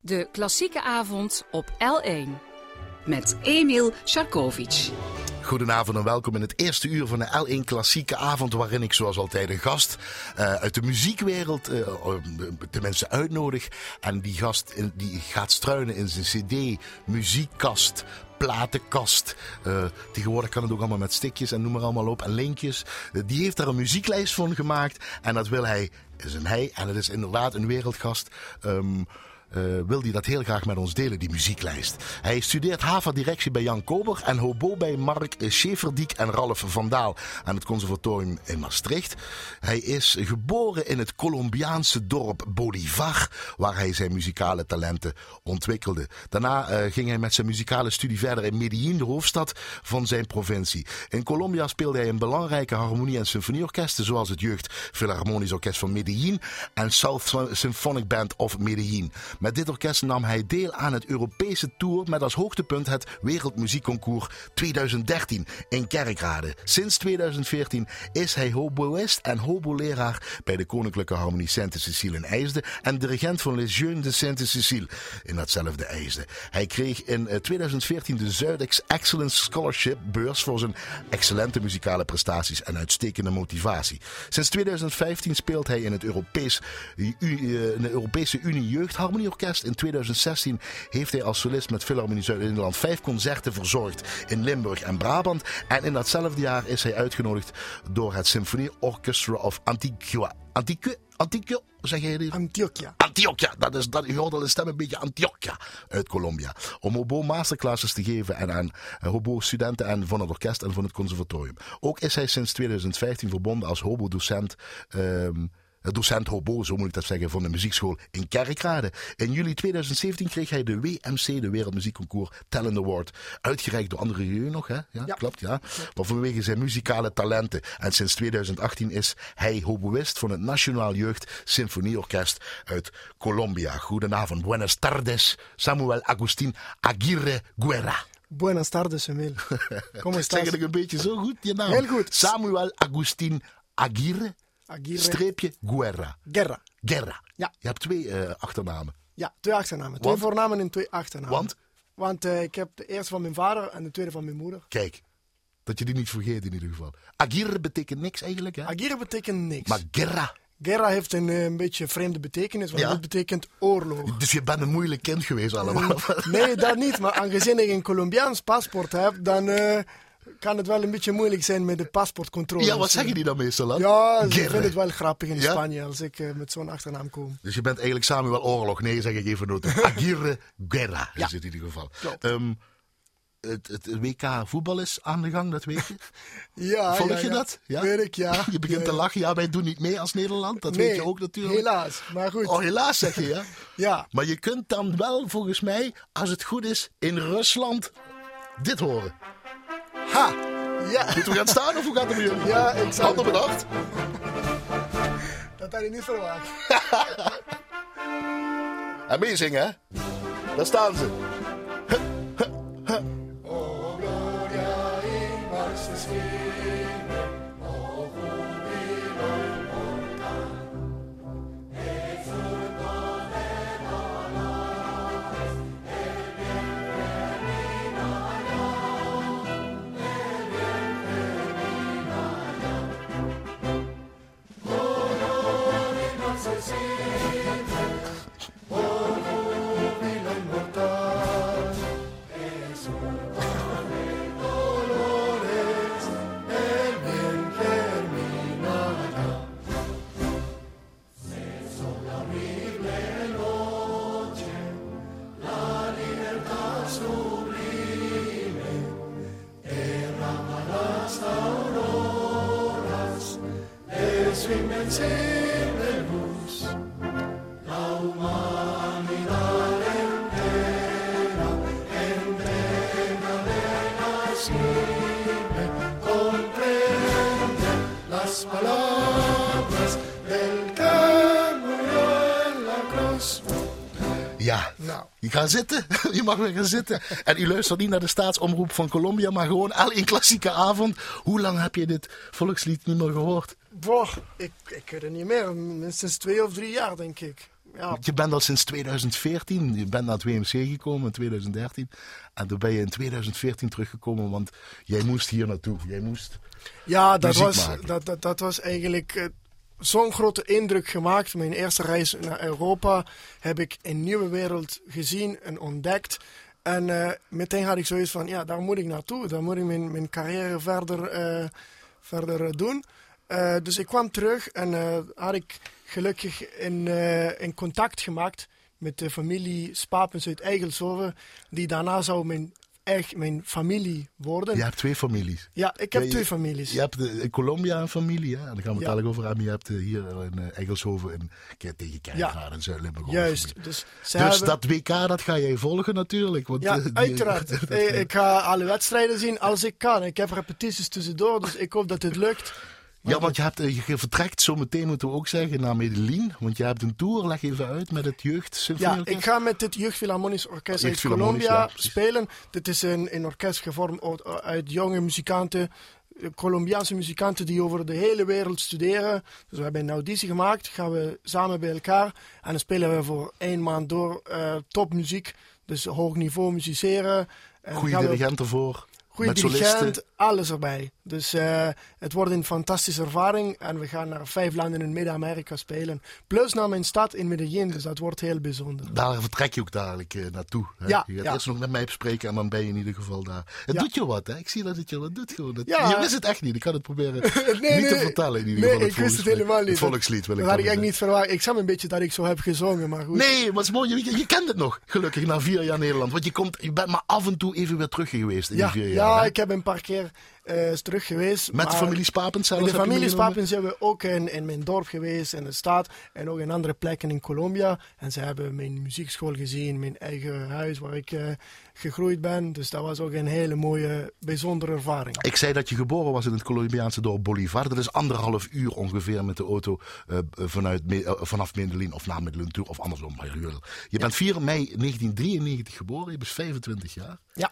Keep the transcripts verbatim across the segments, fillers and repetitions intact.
De klassieke avond op L één. Met Emil Sharkovic. Goedenavond en welkom in het eerste uur van de L één Klassieke Avond, waarin ik zoals altijd een gast uh, uit de muziekwereld uh, de mensen uitnodig. En die gast in, die gaat struinen in zijn cd, muziekkast, platenkast. Uh, tegenwoordig kan het ook allemaal met stickjes en noem maar allemaal op en linkjes. Uh, die heeft daar een muzieklijst van gemaakt en dat wil hij, is een hij en het is inderdaad een wereldgast. Um, Uh, wil hij dat heel graag met ons delen, die muzieklijst. Hij studeert Hava-directie bij Jan Kober en hobo bij Mark Schäferdiek en Ralf van Daal aan het conservatorium in Maastricht. Hij is geboren in het Colombiaanse dorp Bolivar, waar hij zijn muzikale talenten ontwikkelde. Daarna uh, ging hij met zijn muzikale studie verder in Medellín, de hoofdstad van zijn provincie. In Colombia speelde hij in belangrijke harmonie- en symfonieorkesten, zoals het Jeugd Philharmonisch Orkest van Medellín en South Symphonic Band of Medellín. Met dit orkest nam hij deel aan het Europese tour met als hoogtepunt het Wereldmuziekconcours twintig dertien in Kerkrade. Sinds twintig veertien is hij hoboïst en hoboleraar bij de Koninklijke Harmonie Sainte-Cécile in IJsden en dirigent van Les Jeunes de Sainte-Cécile in datzelfde IJsden. Hij kreeg in twintig veertien de Zuidex Excellence Scholarship beurs voor zijn excellente muzikale prestaties en uitstekende motivatie. Sinds twintig vijftien speelt hij in het Europees, in de Europese Unie Jeugdharmonie Orkest. In twintig zestien heeft hij als solist met Philharmonie Zuid-Nederland vijf concerten verzorgd in Limburg en Brabant. En in datzelfde jaar is hij uitgenodigd door het Symphony Orchestra of Antigua. Antigua? Antigua? Zeg jij dit? Antioquia. Antioquia, dat is, dat, je hoort al een stem een beetje Antioquia uit Colombia. Om hobo masterclasses te geven en aan uh, hobo studenten en van het orkest en van het conservatorium. Ook is hij sinds twintig vijftien verbonden als hobo docent. Um, Docent hobo, zo moet ik dat zeggen, van de muziekschool in Kerkrade. In juli twintig zeventien kreeg hij de W M C, de Wereldmuziekconcours Talent Award, uitgereikt door André Rieu nog, hè? Ja, ja. Klopt, ja. Maar vanwege zijn muzikale talenten. En sinds twintig achttien is hij hoboïst van het Nationaal Jeugd Symfonieorkest uit Colombia. Goedenavond, buenas tardes, Samuel Agustín Aguirre Guerra. Buenas tardes, Emil. ¿Cómo estás? Zeg ik een beetje zo goed, je naam? Heel goed. Samuel Agustín Aguirre. Aguirre. Streepje Guerra. Guerra. Guerra. Ja. Je hebt twee uh, achternamen. Ja, twee achternamen. Want? Twee voornamen en twee achternamen. Want? Want uh, ik heb de eerste van mijn vader en de tweede van mijn moeder. Kijk, dat je die niet vergeet in ieder geval. Aguirre betekent niks eigenlijk, hè? Aguirre betekent niks. Maar Guerra. Guerra heeft een, een beetje vreemde betekenis, want Ja? het betekent oorlog. Dus je bent een moeilijk kind geweest allemaal. Nee, dat niet. Maar aangezien ik een Colombiaans paspoort heb, dan uh, kan het wel een beetje moeilijk zijn met de paspoortcontrole. Ja, wat zeggen die dan meestal dan? Ja, ze Guerra. vinden het wel grappig in Ja? Spanje als ik uh, met zo'n achternaam kom. Dus je bent eigenlijk Samuel Oorlog. Nee, zeg ik even noten. Aguirre Guerra Ja. is het in ieder geval. Klopt. Um, het, het W K voetbal is aan de gang, dat weet je. Ja, Volg ja, je ja. dat? Ja? Weet ik, ja. Je begint ja, te ja. lachen. Ja, wij doen niet mee als Nederland. Dat Nee, weet je ook natuurlijk. helaas. Maar goed. Oh, helaas zeg je, ja? Ja. Maar je kunt dan wel, volgens mij, als het goed is, in Rusland dit horen. Ha! Ja. Moeten we gaan staan of hoe gaat het met jullie? Ja, ik zou Hand op het hart. Dat had je niet verwacht. En meezingen, hè? Daar staan ze. Oh, gloria in Marses himel, oh, jubilo immortal. Et surdonen alares, el bien terminará, el bien terminará. Oh, gloria in Marses himel, oh, jubilo immortal. Invencible luz, la humanidad entera entrega de nacible, comprende las palabras del que murió en la cruz. Ja, Nou. je gaat zitten. Je mag weer gaan zitten. En u luistert niet naar de staatsomroep van Colombia, maar gewoon L één Klassieke Avond. Hoe lang heb je dit volkslied niet meer gehoord? Boah, ik, ik weet het niet meer. Minstens twee of drie jaar, denk ik. ja. Je bent al sinds tweeduizend veertien, je bent naar het W M C gekomen in tweeduizend dertien. En toen ben je in tweeduizend veertien teruggekomen, want jij moest hier naartoe. Jij moest Ja, dat was, maken. dat, dat, dat was eigenlijk uh, zo'n grote indruk gemaakt. Mijn eerste reis naar Europa heb ik een nieuwe wereld gezien en ontdekt. En uh, meteen had ik zoiets van, ja, daar moet ik naartoe. Daar moet ik mijn, mijn carrière verder, uh, verder uh, doen. Uh, dus ik kwam terug en uh, had ik gelukkig in, uh, in contact gemaakt met de familie Spapens uit Eigelshoven, die daarna zou mijn, echt mijn familie worden. Je hebt twee families. Ja, ik heb Ja, je, twee families. Je hebt de, in Colombia een familie, hè? En daar gaan we het Ja. dadelijk over hebben. Je hebt uh, hier in uh, Eigelshoven in, tegen Kerkrade in Zuid-Limburg. ook een Juist. familie. Dus, ze Dus hebben, dat W K, dat ga jij volgen natuurlijk. Want, ja, uh, die- uiteraard. dat- ik, ik ga alle wedstrijden zien als ik kan. Ik heb repetities tussendoor, dus ik hoop dat het lukt. Ja, want je, hebt, uh, je vertrekt zo meteen, moeten we ook zeggen, naar Medellin. Want je hebt een tour, leg even uit, met het Ja, jeugdsymfonieorkest. ik ga met dit Jeugdphilharmonisch Orkest uit Jeugdphilharmonisch, Colombia ja, precies. spelen. Dit is een, een orkest gevormd uit, uit jonge muzikanten, eh, Colombiaanse muzikanten die over de hele wereld studeren. Dus we hebben een auditie gemaakt, gaan we samen bij elkaar en dan spelen we voor één maand door uh, topmuziek. Dus hoog niveau musiceren. En Goede gaan we- dirigent ervoor. Goeie met dirigent, solisten. alles erbij. Dus uh, het wordt een fantastische ervaring. En we gaan naar vijf landen in Midden-Amerika spelen. Plus naar mijn stad in Medellin, dus dat wordt heel bijzonder. Daar vertrek je ook dadelijk uh, naartoe. Hè? Ja, je gaat ja. eerst nog met mij bespreken en dan ben je in ieder geval daar. Het Ja. doet je wat, hè? Ik zie dat het je wat doet. Gewoon. Dat, Ja. Je wist het echt niet. Ik kan het proberen Nee, niet te nee. vertellen in ieder Nee, geval. ik wist het helemaal niet. Het volkslied wil ik Dat had ik dan echt niet verwacht. Ik zag een beetje dat ik zo heb gezongen, maar goed. Nee, maar het is mooi. Je, je kent het nog, gelukkig, na vier jaar Nederland. Want je, komt, je bent maar af en toe even weer terug geweest in Ja, die vier ja, jaar. hè? ik heb een paar keer uh, terug geweest. Met de maar familie Spapens zelfs? Met de heb je familie meegenomen? Spapens zijn we ook in, in mijn dorp geweest, in de stad. En ook in andere plekken in Colombia. En ze hebben mijn muziekschool gezien, mijn eigen huis waar ik uh, gegroeid ben. Dus dat was ook een hele mooie, bijzondere ervaring. Ik zei dat je geboren was in het Colombiaanse dorp Bolivar. Dat is anderhalf uur ongeveer met de auto uh, vanuit, uh, vanaf Medellin of naar Medellin toe. Of andersom, maar je wil. Je Ja. bent vier mei negentien drieënnegentig geboren. Je bent vijfentwintig jaar. Ja.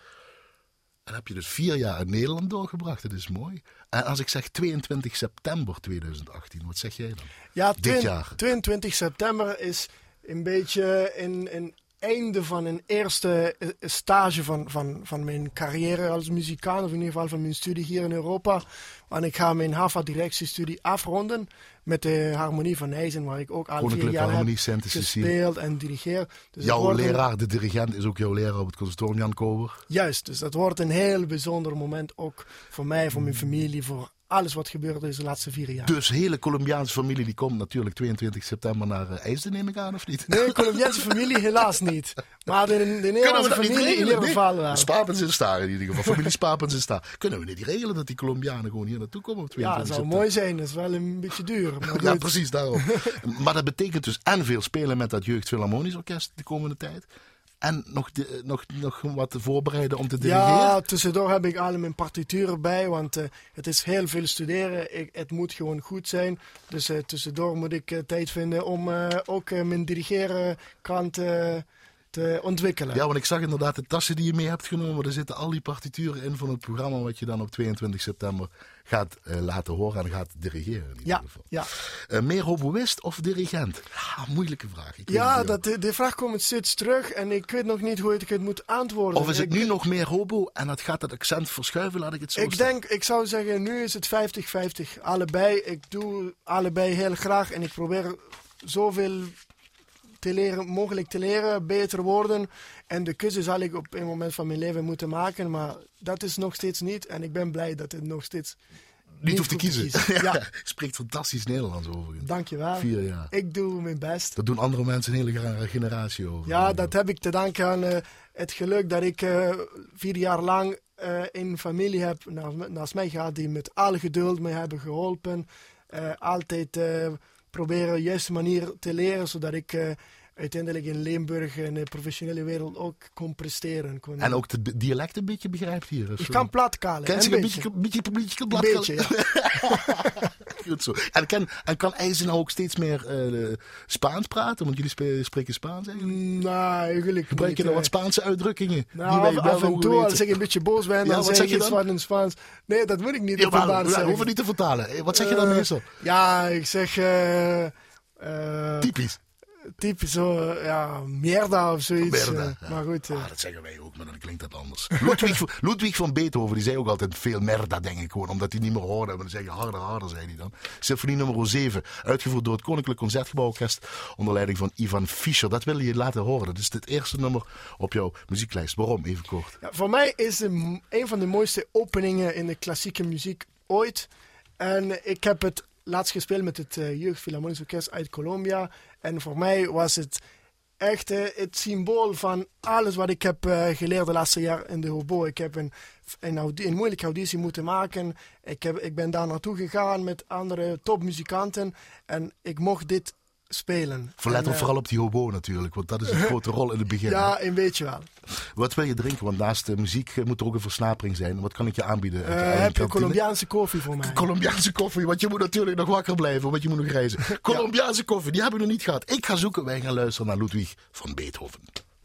En heb je dus vier jaar in Nederland doorgebracht. Dat is mooi. En als ik zeg tweeëntwintig september tweeduizend achttien, wat zeg jij dan? Ja, Dit twin- jaar. tweeëntwintig september is een beetje een, een einde van een eerste eh, stage van, van, van mijn carrière als muzikant. Of in ieder geval van mijn studie hier in Europa. Want ik ga mijn H A V A-directiestudie afronden met de Harmonie van Nijssen, waar ik ook al vier Koninklijke jaar heb Harmonie, Sainte-Cécile. gespeeld en dirigeerd. Dus het Jouw wordt een- leraar, de dirigent, is ook jouw leraar op het conservatorium, Jan Kober. Juist, dus dat wordt een heel bijzonder moment ook voor mij, voor mijn familie, voor alles wat gebeurd is de laatste vier jaar. Dus hele Colombiaanse familie die komt natuurlijk tweeëntwintig september naar uh, IJsden, neem ik aan, of niet? Nee, Colombiaanse familie helaas niet. Maar de, de Nederlandse familie in ieder geval wel. Spapens in Staar in ieder geval. Familie Spapens in Staar. Kunnen we niet regelen dat die Colombianen gewoon hier naartoe komen op Ja, tweeëntwintig dat zou september? mooi zijn. Dat is wel een beetje duur. Maar Ja, goed. precies, daarom. Maar dat betekent dus en veel spelen met dat Jeugdphilharmonisch Orkest de komende tijd. En nog, de, nog, nog wat voorbereiden om te dirigeren. Ja, tussendoor heb ik al mijn partituren bij, want uh, het is heel veel studeren. Ik, het moet gewoon goed zijn. Dus uh, tussendoor moet ik uh, tijd vinden om uh, ook uh, mijn dirigeren kant uh, te ontwikkelen. Ja, want ik zag inderdaad de tassen die je mee hebt genomen. Er zitten al die partituren in van het programma wat je dan op tweeëntwintig september gaat uh, laten horen en gaat dirigeren. In ieder Ja, geval. ja. Uh, meer hoboïst of dirigent? Ah, moeilijke vraag. Ik weet Ja, niet, dat, de, de vraag komt steeds terug en ik weet nog niet hoe ik het moet antwoorden. Of is het ik, nu nog meer hobo en dat gaat het accent verschuiven, laat ik het zo Ik stellen. denk, ik zou zeggen, nu is het vijftig vijftig. Allebei. Ik doe allebei heel graag en ik probeer zoveel te leren, mogelijk te leren, beter worden. En de keuze zal ik op een moment van mijn leven moeten maken, maar dat is nog steeds niet. En ik ben blij dat het nog steeds Niet, niet hoeft te hoeft te kiezen. kiezen. Ja. Je spreekt fantastisch Nederlands overigens. Dankjewel. Vier jaar. Ik doe mijn best. Dat doen andere mensen een hele gra- generatie over. Ja, dat heb ik te danken aan uh, het geluk dat ik uh, vier jaar lang uh, een familie heb naast, naast mij gehad die met alle geduld mij hebben geholpen. Uh, altijd uh, proberen de juiste manier te leren, zodat ik uh, uiteindelijk in Limburg in de professionele wereld ook kon presteren. Kon, En ook het dialect een beetje begrijpt hier. ik kan platkalen. Ken je een een beetje. beetje, beetje, beetje, Een platkalen? beetje, ja. Goed zo. En kan, en kan IJzen nou ook steeds meer uh, Spaans praten? Want jullie spe- spreken Spaans eigenlijk. Nou, eigenlijk Gebruik je niet, dan uh, wat Spaanse uitdrukkingen? Nou, die wij af, wel af en mogen toe, weten? als ik een beetje boos ben, Ja, dan wat zeg zeg ik je iets dan? van in Spaans. Nee, dat moet ik niet Ja, in vertaald maar, ja, zeggen. hoeven niet te vertalen. Wat zeg je dan Eh, meestal? Ja, ik zeg... Uh, uh, Typisch. type zo, ja, Mierda of zoiets. Mierda, uh, ja. Maar goed. Uh. Ah, dat zeggen wij ook, maar dan klinkt dat anders. Ludwig, Ludwig van Beethoven, die zei ook altijd veel merda, denk ik gewoon. Omdat hij niet meer hoorde. Maar dan zeg je harder, harder, zei hij dan. Symfonie nummer zeven, uitgevoerd door het Koninklijk Concertgebouworkest. Onder leiding van Ivan Fischer. Dat wil je laten horen. Dat is het eerste nummer op jouw muzieklijst. Waarom? Even kort. Ja, voor mij is het een van de mooiste openingen in de klassieke muziek ooit. En ik heb het laatst gespeeld met het uh, Jeugd Philharmonisch Orkest uit Colombia. En voor mij was het echt uh, het symbool van alles wat ik heb uh, geleerd de laatste jaar in de hobo. Ik heb een, een, audi- een moeilijke auditie moeten maken. Ik, heb, ik ben daar naartoe gegaan met andere topmuzikanten. En ik mocht dit spelen. Verlet en, uh, vooral op die hobo natuurlijk, want dat is een grote rol in het begin. Ja, een beetje wel. Wat wil je drinken? Want naast de muziek moet er ook een versnapering zijn. Wat kan ik je aanbieden? Uh, heb je Colombiaanse koffie voor mij? Colombiaanse koffie, want je moet natuurlijk nog wakker blijven, want je moet nog reizen. Colombiaanse ja. koffie, die hebben we nog niet gehad. Ik ga zoeken, wij gaan luisteren naar Ludwig van Beethoven.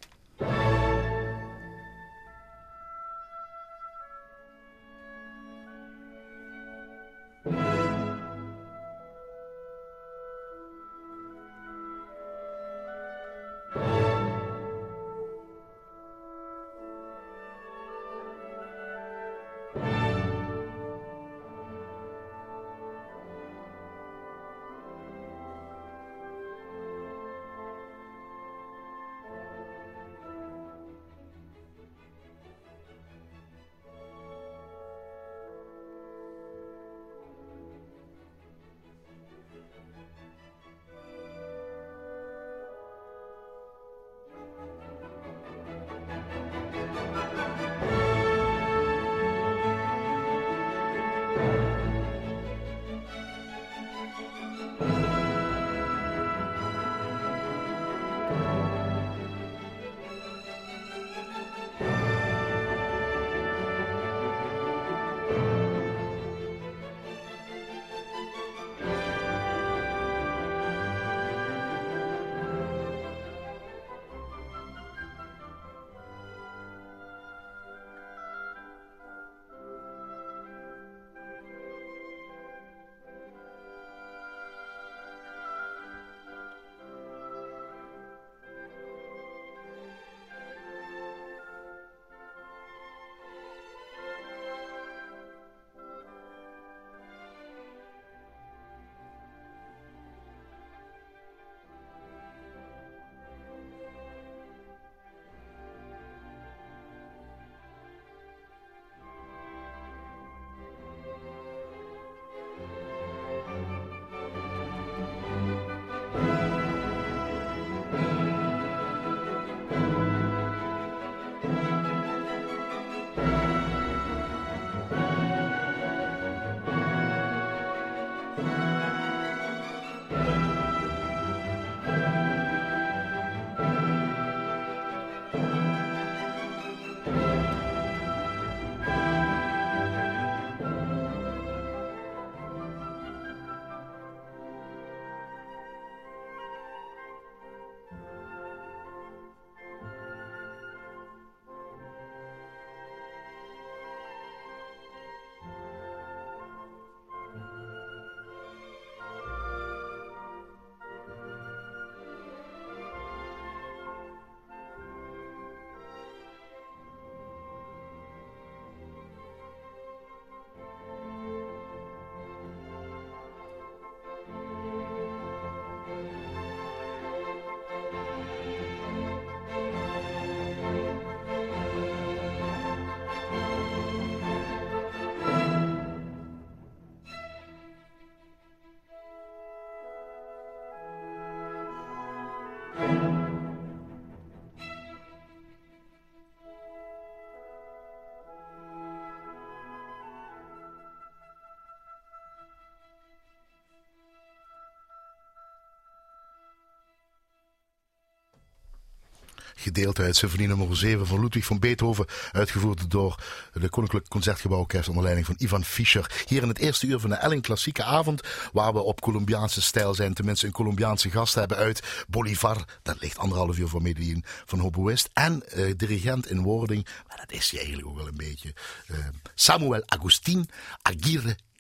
Gedeelte uit symfonie nummer zeven van Ludwig van Beethoven, uitgevoerd door de Koninklijk Concertgebouworkest onder leiding van Ivan Fischer. Hier in het eerste uur van de Elling Klassieke Avond, waar we op Colombiaanse stijl zijn, tenminste een Colombiaanse gast hebben uit Bolivar. Dat ligt anderhalf uur van Medellin, van hoboïst en uh, dirigent in wording, maar dat is hij eigenlijk ook wel een beetje, uh, Samuel Agustín Aguirre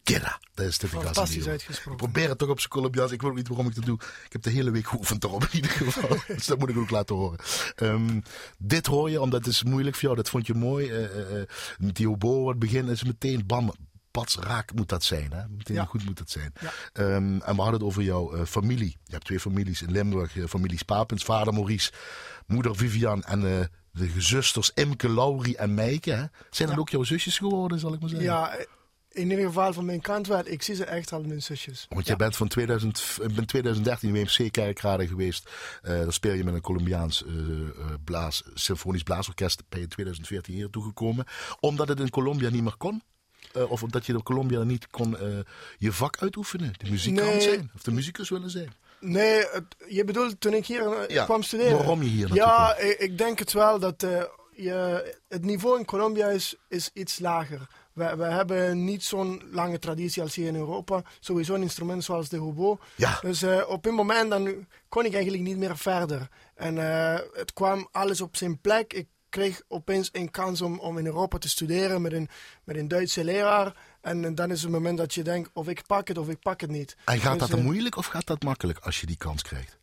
Kera, dat is de fantastisch uitgesproken. Ik probeer het toch op zijn Colombiaans. Ik weet ook niet waarom ik dat doe. Ik heb de hele week geoefend erop in ieder geval. Dus dat moet ik ook laten horen. Um, dit hoor je, omdat het is moeilijk voor jou. Dat vond je mooi. Uh, uh, die oboe, het begin is meteen bam. Pats raak moet dat zijn. Hè? Meteen ja. goed moet dat zijn. Ja. Um, en we hadden het over jouw uh, familie. Je hebt twee families in Limburg. Uh, families Papens, vader Maurice, moeder Vivian en uh, de zusters Imke, Laurie en Meike. Hè? Zijn dat ja. ook jouw zusjes geworden, zal ik maar zeggen? Ja, in ieder geval van mijn kant wel. Ik zie ze echt als mijn zusjes. Want ja. jij bent van tweeduizend, ben twintig dertien W M C-kerkrade geweest. Uh, daar speel je met een Colombiaans uh, blaas, symfonisch blaasorkest. Ben je in twintig veertien hier toegekomen. Omdat het in Colombia niet meer kon. Uh, of omdat je in Colombia niet kon uh, je vak uitoefenen. De muzikant nee. zijn. Of de muzikus willen zijn. Nee, het, je bedoelt toen ik hier uh, ja. kwam studeren. Waarom je hier naartoe Ja, kwam? ik, ik denk het wel dat uh, je, het niveau in Colombia is, is iets lager. We, we hebben niet zo'n lange traditie als hier in Europa. Sowieso een instrument zoals de hobo. Ja. Dus uh, op een moment dan kon ik eigenlijk niet meer verder. En uh, het kwam alles op zijn plek. Ik kreeg opeens een kans om, om in Europa te studeren met een, met een Duitse leraar. En, en dan is het moment dat je denkt, of ik pak het of ik pak het niet. En gaat dus, dat uh, moeilijk of gaat dat makkelijk als je die kans krijgt?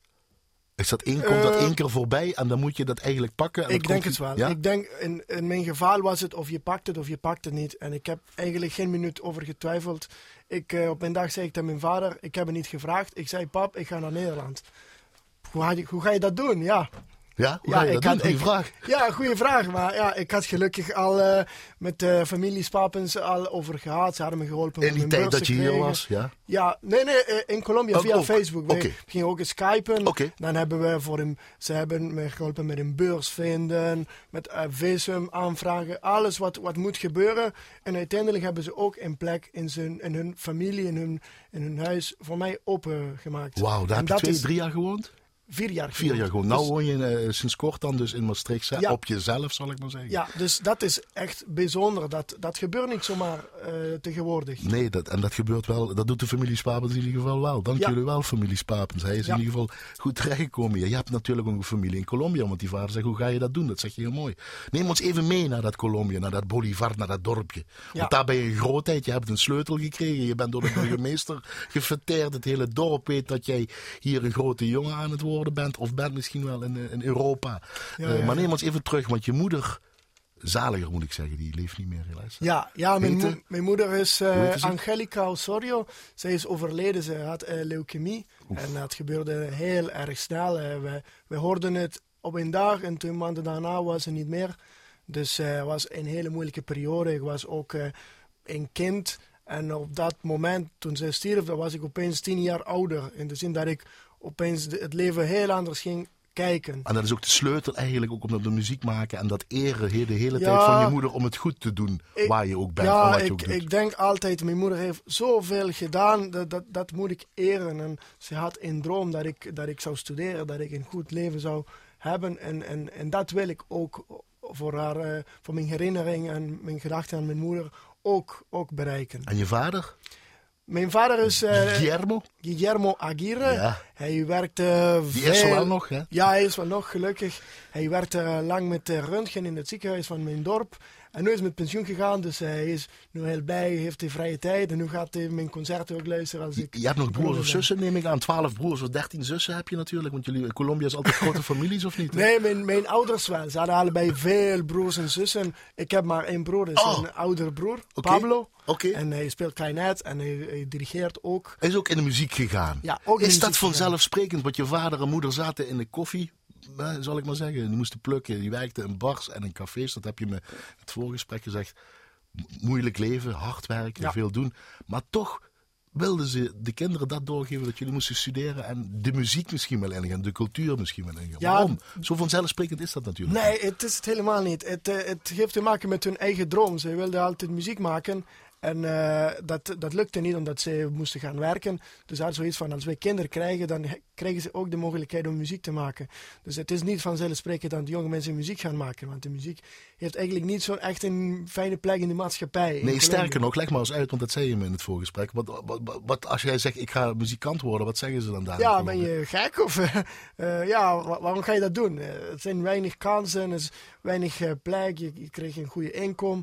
Is dat één, komt uh, dat één keer voorbij en dan moet je dat eigenlijk pakken? En ik denk het je, wel. Ja? Ik denk, in, in mijn geval was het of je pakt het of je pakt het niet. En ik heb eigenlijk geen minuut over getwijfeld. Ik, uh, op een dag zei ik tegen mijn vader, ik heb hem niet gevraagd. Ik zei, pap, ik ga naar Nederland. Hoe ga je, hoe ga je dat doen? Ja. Ja, hoe ga je ja, dat doen? Had, Goeie ik, vraag. Ja, goede vraag. Maar ja, ik had gelukkig al uh, met de uh, familie Spapens al over gehad. Ze hadden me geholpen. In die tijd dat je hier was, ja? Ja, nee, nee, in Colombia ook, via ook. Facebook. We okay. gingen ook eens skypen. Okay. Dan hebben we voor hem, ze hebben me geholpen met een beurs vinden, met uh, visum aanvragen, alles wat, wat moet gebeuren. En uiteindelijk hebben ze ook een plek in, zijn, in hun familie, in hun, in hun huis, voor mij opengemaakt. Wauw, daar en heb je twee, is, drie jaar gewoond? Vier jaar Vier jaar gewoon. Dus, nou woon je uh, sinds kort dan dus in Maastricht, ja. op jezelf zal ik maar zeggen. Ja, dus dat is echt bijzonder. Dat, dat gebeurt niet zomaar uh, tegenwoordig. Nee, dat, en dat gebeurt wel. Dat doet de familie Spapens in ieder geval wel. Dank ja. jullie wel, familie Spapens. Hij is ja. in ieder geval goed terechtgekomen hier. Je hebt natuurlijk ook een familie in Colombia, want die vader zegt, hoe ga je dat doen? Dat zeg je heel mooi. Neem ons even mee naar dat Colombia, naar dat Bolivar, naar dat dorpje. Ja. Want daar ben je een grootheid. Je hebt een sleutel gekregen. Je bent door de burgemeester gefeteerd. Het hele dorp weet dat jij hier een grote jongen aan het worden bent. Of bent misschien wel in, in Europa. Ja, uh, ja, maar neem ons even terug, want je moeder, zaliger moet ik zeggen, die leeft niet meer helaas. Ja, ja mijn, mo mijn moeder is uh, Angelica Osorio. Zij is overleden, ze had uh, leukemie. Oef. En dat gebeurde heel erg snel. Uh, we, we hoorden het op een dag en twee maanden daarna was ze niet meer. Dus het uh, was een hele moeilijke periode. Ik was ook uh, een kind. En op dat moment, toen ze stierf, was ik opeens tien jaar ouder. In de zin dat ik opeens het leven heel anders ging kijken. En dat is ook de sleutel eigenlijk ook om de muziek maken en dat eren de hele ja, tijd van je moeder om het goed te doen ik, waar je ook bent ja, en wat je ik, ook doet. ik denk altijd, mijn moeder heeft zoveel gedaan, dat, dat, dat moet ik eren. En ze had een droom dat ik, dat ik zou studeren, dat ik een goed leven zou hebben. En, en, en dat wil ik ook voor haar, uh, voor mijn herinnering en mijn gedachten aan mijn moeder ook, ook bereiken. En je vader? Mijn vader is uh, Guillermo? Guillermo Aguirre. Ja. Hij werkte Die veel... is er wel nog, hè? Ja, hij is wel nog, gelukkig. Hij werkte uh, lang met uh, röntgen in het ziekenhuis van mijn dorp. En nu is hij met pensioen gegaan, dus hij is nu heel blij, heeft hij vrije tijd. En nu gaat hij mijn concerten ook luisteren als ik... Je hebt nog broers of zussen, neem ik aan. Twaalf broers of dertien zussen heb je natuurlijk. Want jullie, Colombia is altijd grote families, of niet? Nee, mijn, mijn ouders wel. Ze hadden allebei veel broers en zussen. Ik heb maar één broer, dat is oh. een oudere broer, okay. Pablo. Okay. En hij speelt klarinet en hij, hij dirigeert ook. Hij is ook in de muziek gegaan. Ja, ook in is de dat muziek vanzelfsprekend? Want je vader en moeder zaten in de koffie, zal ik maar zeggen. Die moesten plukken. Die werkten in bars en in cafés. Dat heb je me in het voorgesprek gezegd. Moeilijk leven, hard werken, ja. veel doen. Maar toch wilden ze de kinderen dat doorgeven dat jullie moesten studeren en de muziek misschien wel ingaan, de cultuur misschien wel ingaan. Ja, waarom? Zo vanzelfsprekend is dat natuurlijk. Nee, het is het helemaal niet. Het, uh, het heeft te maken met hun eigen droom. Ze wilden altijd muziek maken. En uh, dat, dat lukte niet omdat ze moesten gaan werken. Dus hadden zoiets van, als wij kinderen krijgen, dan krijgen ze ook de mogelijkheid om muziek te maken. Dus het is niet vanzelfsprekend dat de jonge mensen muziek gaan maken. Want de muziek heeft eigenlijk niet zo echt een fijne plek in de maatschappij. Nee, sterker nog, leg maar eens uit, want dat zei je me in het voorgesprek. Wat, wat, wat, als jij zegt, ik ga muzikant worden, wat zeggen ze dan daar? Ja, ben je gek? Of uh, uh, ja, waarom ga je dat doen? Uh, het zijn weinig kansen, er is weinig uh, plek, je, je krijgt een goede inkomen.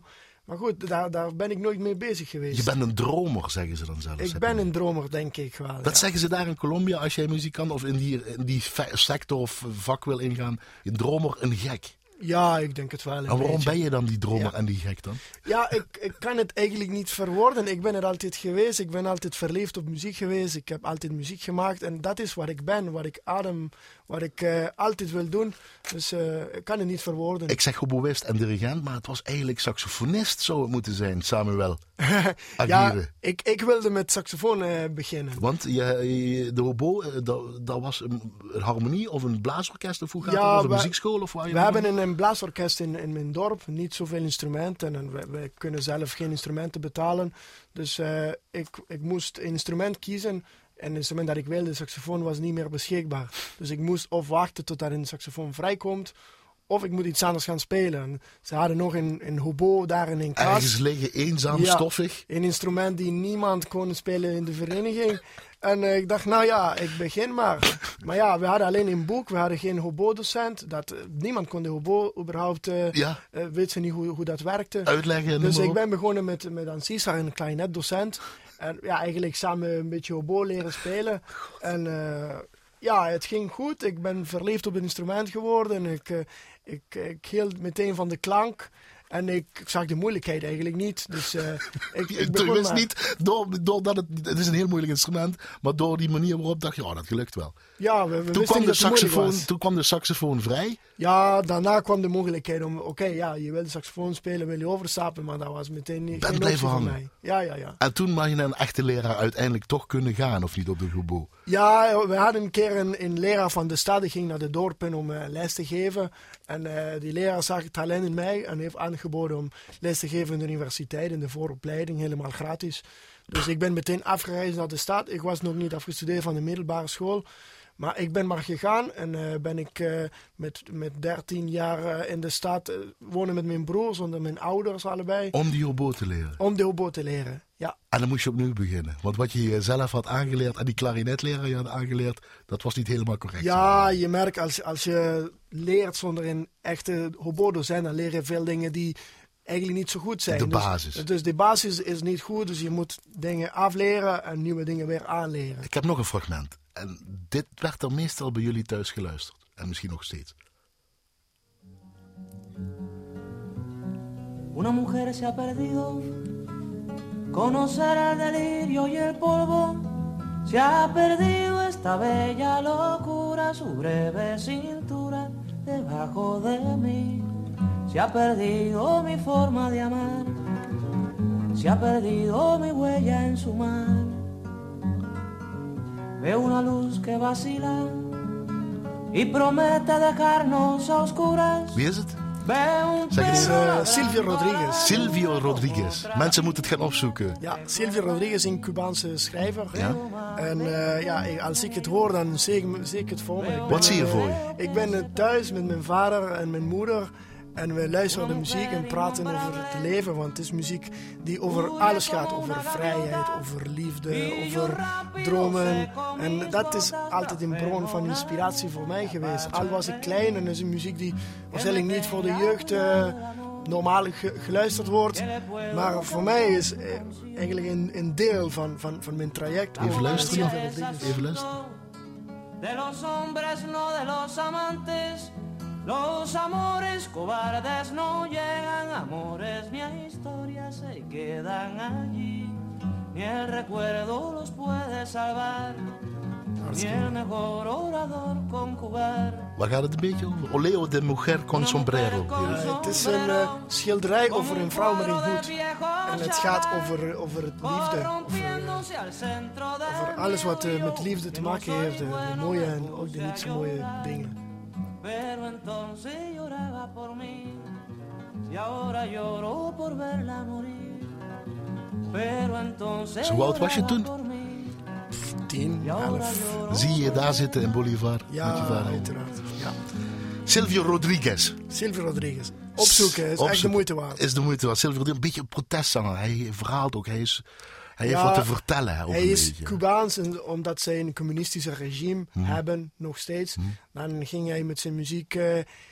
Maar goed, daar, daar ben ik nooit mee bezig geweest. Je bent een dromer, zeggen ze dan zelfs. Ik ben een dromer, denk ik wel. Dat ja. zeggen ze daar in Colombia als jij muziek kan of in die, in die sector of vak wil ingaan. Een dromer, een gek. Ja, ik denk het wel. En waarom beetje. ben je dan die dromer Ja. en die gek dan? Ja, ik, ik kan het eigenlijk niet verwoorden. Ik ben er altijd geweest. Ik ben altijd verliefd op muziek geweest. Ik heb altijd muziek gemaakt. En dat is wat ik ben, wat ik adem, wat ik uh, altijd wil doen. Dus uh, ik kan het niet verwoorden. Ik zeg hoboïst en dirigent, maar het was eigenlijk saxofonist zou het moeten zijn, Samuel. Ja, ik, ik wilde met saxofoon uh, beginnen. Want je, je, de hobo, uh, dat, dat was een, een harmonie of een blaasorkest of hoe gaat Ja, dat? Of een we- muziekschool? Of waar je We begon? hebben een, een blaasorkest in, in mijn dorp, niet zoveel instrumenten en we, we kunnen zelf geen instrumenten betalen. Dus uh, ik, ik moest een instrument kiezen en het instrument dat ik wilde, de saxofoon, was niet meer beschikbaar. Dus ik moest of wachten tot er een saxofoon vrijkomt, of ik moet iets anders gaan spelen. En ze hadden nog een, een hobo daar in een kast. Ergens liggen, eenzaam, Ja. stoffig. Een instrument die niemand kon spelen in de vereniging. En uh, ik dacht, nou ja, ik begin maar. Maar ja, we hadden alleen een boek, we hadden geen hobo-docent. Dat, uh, niemand kon de hobo überhaupt, uh, Ja, uh, weet ze niet hoe, hoe dat werkte. uitleggen. en Dus noem ik maar op. ben begonnen met, met aan Cesar, een klarinetdocent. En ja, eigenlijk samen een beetje hobo leren spelen. En uh, ja, het ging goed. Ik ben verliefd op het instrument geworden. Ik, uh, ik, ik hield meteen van de klank. En ik, ik zag de moeilijkheid eigenlijk niet. Dus uh, ik, ik begon Tenminste maar. niet, door, doordat het, het is een heel moeilijk instrument, maar door die manier waarop dacht je, ja, dat gelukt wel. Ja, we, we Toen wisten kwam, de dat het moeilijk saxofoon, was. toen kwam de saxofoon vrij. Ja, daarna kwam de mogelijkheid om, oké, okay, ja, je wil de saxofoon spelen, wil je overstappen, maar dat was meteen niet Ben geen blijven optie voor hangen. mij. Ja, ja, ja. En toen mag je een echte leraar uiteindelijk toch kunnen gaan, of niet, op de hobo. Ja, we hadden een keer een, een leraar van de stad, die ging naar de dorpen om uh, les te geven. En uh, die leraar zag het talent in mij en heeft aangeboden om les te geven in de universiteit, in de vooropleiding, helemaal gratis. Dus ik ben meteen afgereisd naar de stad. Ik was nog niet afgestudeerd van de middelbare school. Maar ik ben maar gegaan en uh, ben ik uh, met, met dertien jaar uh, in de stad uh, wonen met mijn broers onder mijn ouders allebei. Om die hobo te leren. Om de hobo te leren, ja. En dan moest je opnieuw beginnen. Want wat je zelf had aangeleerd en die klarinetleraar je had aangeleerd, dat was niet helemaal correct. Ja, je merkt als, als je leert zonder een echte hobo-docent, dan leer je veel dingen die eigenlijk niet zo goed zijn. De Dus- basis. Dus, de basis is niet goed, dus je moet dingen afleren en nieuwe dingen weer aanleren. Ik heb nog een fragment. En dit werd er meestal bij jullie thuis geluisterd. En misschien nog steeds. Una mujer se ha perdido, conocer el delirio y el polvo. Se ha perdido esta bella locura, su breve cintura debajo de mí. Se ha perdido mi forma de amar, se ha perdido mi huella en su mar. Veo una luz que vacila y promete dejarnos a oscuras. Wie is het? Veo un Zeg eens. perro Uh, Silvio Rodriguez. Silvio Rodriguez. Mensen moeten het gaan opzoeken. Ja, Silvio Rodriguez is een Cubaanse schrijver. Ja? En uh, ja, ik- als ik het hoor, dan zie ik, me- zie ik het voor me. Ik ben, Wat zie je uh, voor je? Ik ben uh, thuis met mijn vader en mijn moeder. En we luisteren naar de muziek en praten over het leven. Want het is muziek die over alles gaat. Over vrijheid, over liefde, over dromen. En dat is altijd een bron van inspiratie voor mij geweest. Al was ik klein en het is een muziek die waarschijnlijk niet voor de jeugd uh, normaal ge- geluisterd wordt. Maar voor mij is uh, eigenlijk een, een deel van, van, van mijn traject. Even over luisteren nog. Silvio Rodriguez. Even luisteren. De los hombres, no de los amantes. Los amores cobardes no llegan, amores ni a historias se quedan allí. Ni el recuerdo los puede salvar, ni el mejor orador conjugar. Waar gaat het een beetje over? Oleo de mujer con sombrero. Ja, het is een uh, schilderij over een vrouw met een hoed. En het gaat over, over het liefde. Over, uh, over alles wat uh, met liefde te maken heeft. Uh, de mooie en ook de niet zo mooie dingen. Pero entonces lloraba por mí y ahora lloro por verla morir. Pero entonces Zo oud was je toen? lloraba por mí Tien, y ahora elf. lloro. Zie je daar zitten in Bolivar met je Ja, vader? uiteraard. Ja. Silvio Rodriguez. Silvio Rodriguez. Opzoeken is echt de Opzoeken. moeite waard. Is de moeite waard. Silvio Rodriguez, een beetje een protestzanger. Hij verhaalt ook. Hij, is, hij heeft Ja, wat te vertellen. Hè, ook Hij een is beetje. Cubaans en omdat zij een communistische regime hebben, nog steeds. Dan ging hij met zijn muziek uh,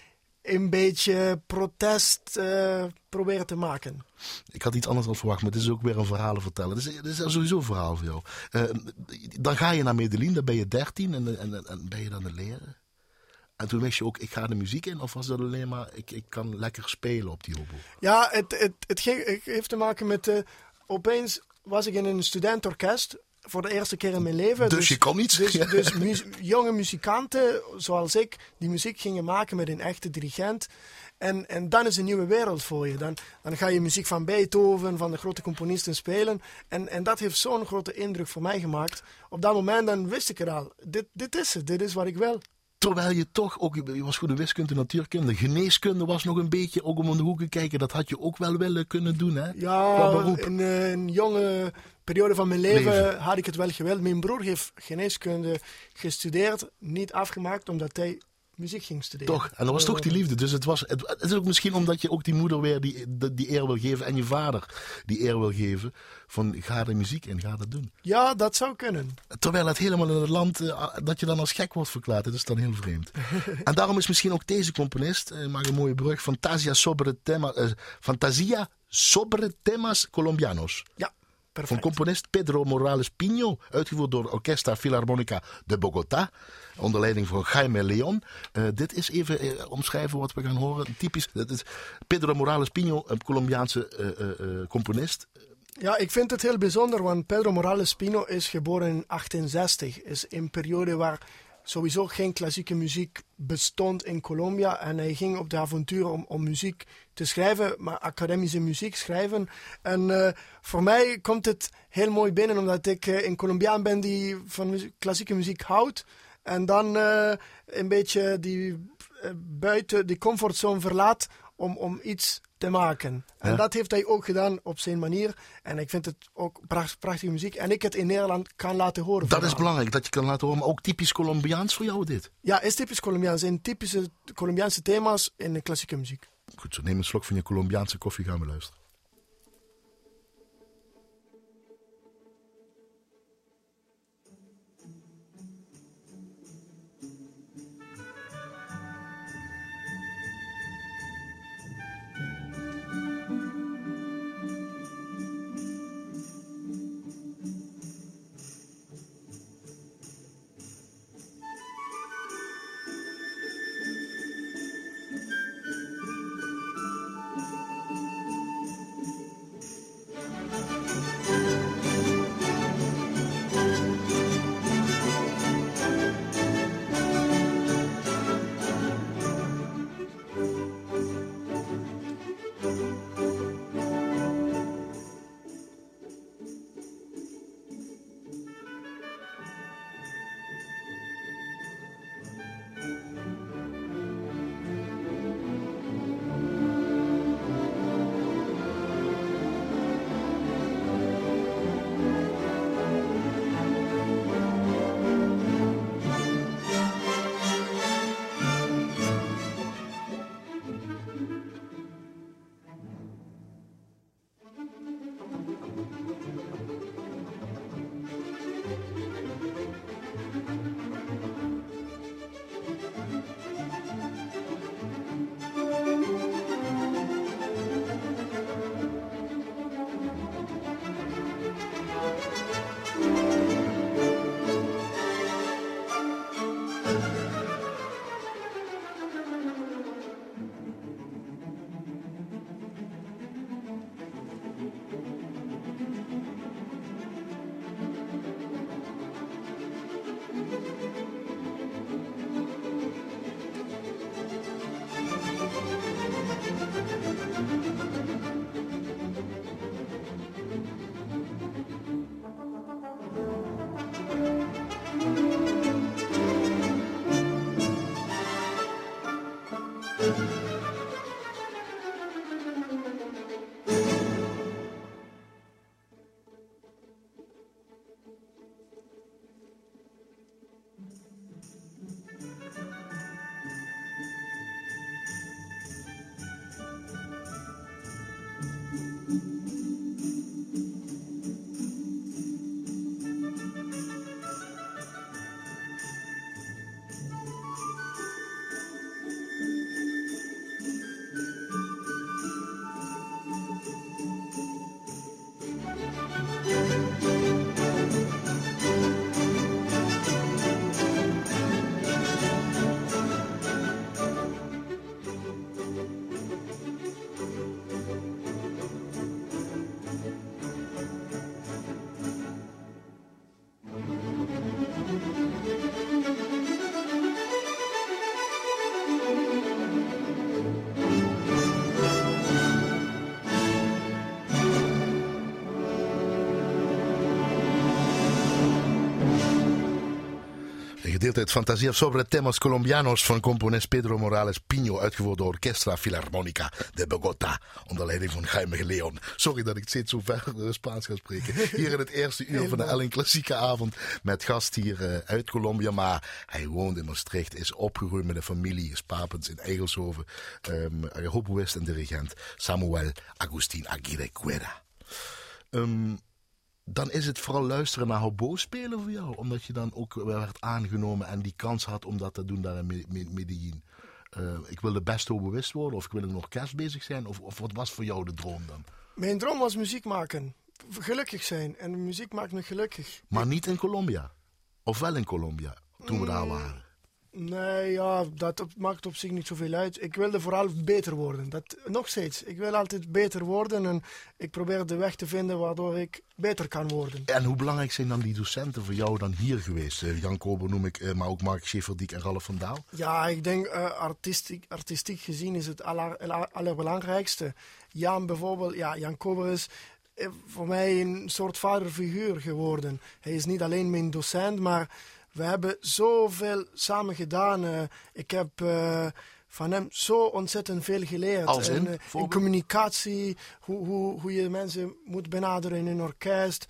een beetje protest uh, proberen te maken. Ik had iets anders dan verwacht, maar het is ook weer een verhaal vertellen. Het is, het is sowieso een verhaal voor jou. Uh, dan ga je naar Medellin, dan ben je dertien en, en, en ben je dan aan het leren. En toen wist je ook, ik ga de muziek in, of was dat alleen maar, ik, ik kan lekker spelen op die hobo? Ja, het, het, het, ging, het heeft te maken met, uh, opeens was ik in een studentorkest voor de eerste keer in mijn leven. Dus, dus je kon niet? Dus, dus mu- jonge muzikanten, zoals ik, die muziek gingen maken met een echte dirigent. En, en dan is een nieuwe wereld voor je. Dan, dan ga je muziek van Beethoven, van de grote componisten spelen. En, en dat heeft zo'n grote indruk voor mij gemaakt. Op dat moment dan wist ik het al. Dit, dit is het, dit is wat ik wil. Terwijl je toch ook, je was goede wiskunde, natuurkunde, geneeskunde was nog een beetje, ook om de hoek te kijken, dat had je ook wel willen kunnen doen, hè? Ja, in een jonge periode van mijn leven, leven had ik het wel gewild. Mijn broer heeft geneeskunde gestudeerd, niet afgemaakt, omdat hij muziek ging studeren. Toch, en dat was toch die liefde. Dus het, was, het, het is ook misschien omdat je ook die moeder weer die, die, die eer wil geven en je vader die eer wil geven van ga de muziek in, ga dat doen. Ja, dat zou kunnen. Terwijl het helemaal in het land, uh, dat je dan als gek wordt verklaard, dat is dan heel vreemd. En daarom is misschien ook deze componist, uh, maak een mooie brug, Fantasia sobre, tema, uh, Fantasia sobre temas colombianos. Ja. Perfect. Van componist Pedro Morales Pino, uitgevoerd door Orquesta Filarmónica de Bogotá, onder leiding van Jaime León. Uh, dit is even uh, omschrijven wat we gaan horen. Typisch, dat is Pedro Morales Pino, een Colombiaanse uh, uh, uh, componist. Ja, ik vind het heel bijzonder, want Pedro Morales Pino is geboren in achtenzestig. Is een periode waar sowieso geen klassieke muziek bestond in Colombia. En hij ging op de avontuur om, om muziek te schrijven, maar academische muziek schrijven. En uh, voor mij komt het heel mooi binnen, omdat ik uh, een Colombiaan ben die van muziek, klassieke muziek houdt. En dan uh, een beetje die uh, buiten die comfortzone verlaat om, om iets te maken. En ja. Dat heeft hij ook gedaan op zijn manier. En ik vind het ook pracht, prachtige muziek. En ik het in Nederland kan laten horen. Dat vanavond. Is belangrijk, dat je kan laten horen. Maar ook typisch Colombiaans voor jou dit? Ja, is typisch Colombiaans. En typische Colombiaanse thema's in de klassieke muziek. Goed, zo neem een slok van je Colombiaanse koffie, gaan we luisteren. gedeelte uit Fantasia sobre temas colombianos van componist Pedro Morales Pino, uitgevoerd door Orquestra Filarmónica de Bogotá, onder leiding van Jaime Leon. Sorry dat ik steeds zo ver Spaans ga spreken. Hier in het eerste uur van de L één Klassieke Avond met gast hier uh, uit Colombia, maar hij woont in Maastricht, is opgegroeid met een familie, is Papens in Eigelshoven, um, hoboïst en dirigent Samuel Agustín Aguirre Cuera. Um, Dan is het vooral luisteren naar hobo spelen voor jou. Omdat je dan ook werd aangenomen en die kans had om dat te doen daar in Medellin. Uh, ik wilde best hoboïst worden of ik wil in een orkest bezig zijn. Of, of wat was voor jou de droom dan? Mijn droom was muziek maken. Gelukkig zijn. En muziek maakt me gelukkig. Maar niet in Colombia? Of wel in Colombia, toen we daar waren? Nee, ja, dat maakt op zich niet zoveel uit. Ik wilde vooral beter worden. Dat, nog steeds. Ik wil altijd beter worden en ik probeer de weg te vinden waardoor ik beter kan worden. En hoe belangrijk zijn dan die docenten voor jou dan hier geweest? Uh, Jan Kober noem ik, uh, maar ook Mark Schäferdiek en Ralf van Daal? Ja, ik denk uh, artistiek, artistiek gezien is het aller, aller, allerbelangrijkste. Jan bijvoorbeeld, ja, Jan Kober is uh, voor mij een soort vaderfiguur geworden. Hij is niet alleen mijn docent, maar we hebben zoveel samen gedaan. Uh, ik heb uh, van hem zo ontzettend veel geleerd. Als in? En, uh, in communicatie, hoe, hoe, hoe je mensen moet benaderen in een orkest.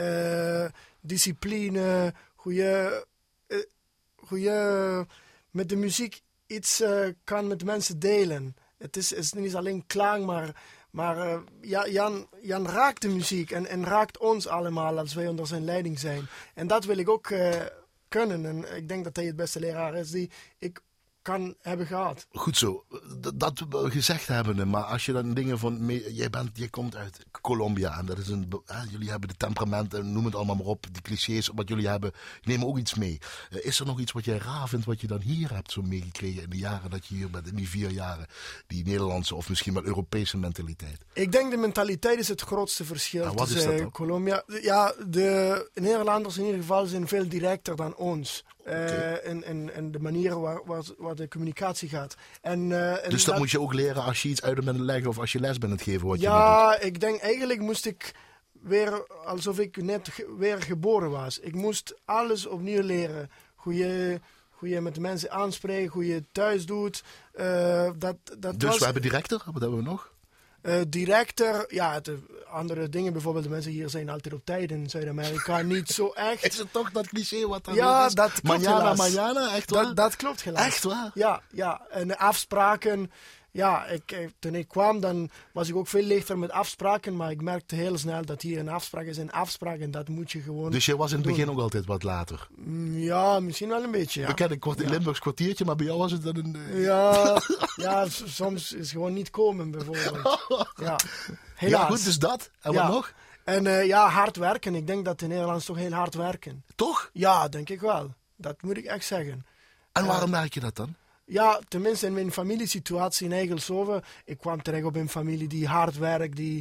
Uh, discipline, hoe je, uh, hoe je met de muziek iets uh, kan met mensen delen. Het is, het is niet alleen klank, maar... Maar uh, ja, Jan, Jan raakt de muziek en, en raakt ons allemaal als wij onder zijn leiding zijn. En dat wil ik ook... Uh, kunnen. En ik denk dat hij het beste leraar is die ik kan hebben gehad. Goed zo, dat, dat we gezegd hebben, maar als je dan dingen van, jij, bent, jij komt uit Colombia en dat is een, eh, jullie hebben de temperamenten, noem het allemaal maar op, die clichés, wat jullie hebben, nemen ook iets mee. Uh, is er nog iets wat jij raar vindt, wat je dan hier hebt zo meegekregen in de jaren dat je hier bent, in die vier jaren, die Nederlandse of misschien wel Europese mentaliteit? Ik denk de mentaliteit is het grootste verschil nou, wat tussen is dat Colombia. Ja, de Nederlanders in ieder geval zijn veel directer dan ons. Okay. Uh, en, en, en de manier waar, waar, waar de communicatie gaat. En, uh, en dus dat, dat moet je ook leren als je iets uit bent leggen of als je les bent het geven wat ja, je doet? Ja, ik denk eigenlijk moest ik weer alsof ik net ge, weer geboren was. Ik moest alles opnieuw leren. Hoe je, hoe je met de mensen aanspreekt, hoe je het thuis doet. Uh, dat, dat dus was, we hebben directer, wat hebben we nog? Uh, directer, ja, de andere dingen, bijvoorbeeld de mensen hier zijn altijd op tijd in Zuid-Amerika, niet zo echt. Is het toch dat cliché wat dan ja, is? Dat klopt Manjana, helaas. manjana, echt waar? Dat, dat klopt helaas. Echt waar? Ja, ja. En de afspraken, ja, ik, toen ik kwam, dan was ik ook veel lichter met afspraken, maar ik merkte heel snel dat hier een afspraak is een afspraak en dat moet je gewoon Dus je was in het doen. begin ook altijd wat later? Ja, misschien wel een beetje, ja. We kennen een ja. Limburgs kwartiertje, maar bij jou was het dan een... Uh... Ja, ja, soms is het gewoon niet komen, bijvoorbeeld. Ja, helaas. Ja, goed, dus dat. En ja. wat nog? En uh, ja, hard werken. Ik denk dat de Nederlanders toch heel hard werken. Toch? Ja, denk ik wel. Dat moet ik echt zeggen. En waarom uh, merk je dat dan? Ja, tenminste in mijn familiesituatie in Eigelshoven. Ik kwam terecht op een familie die hard werkt, die,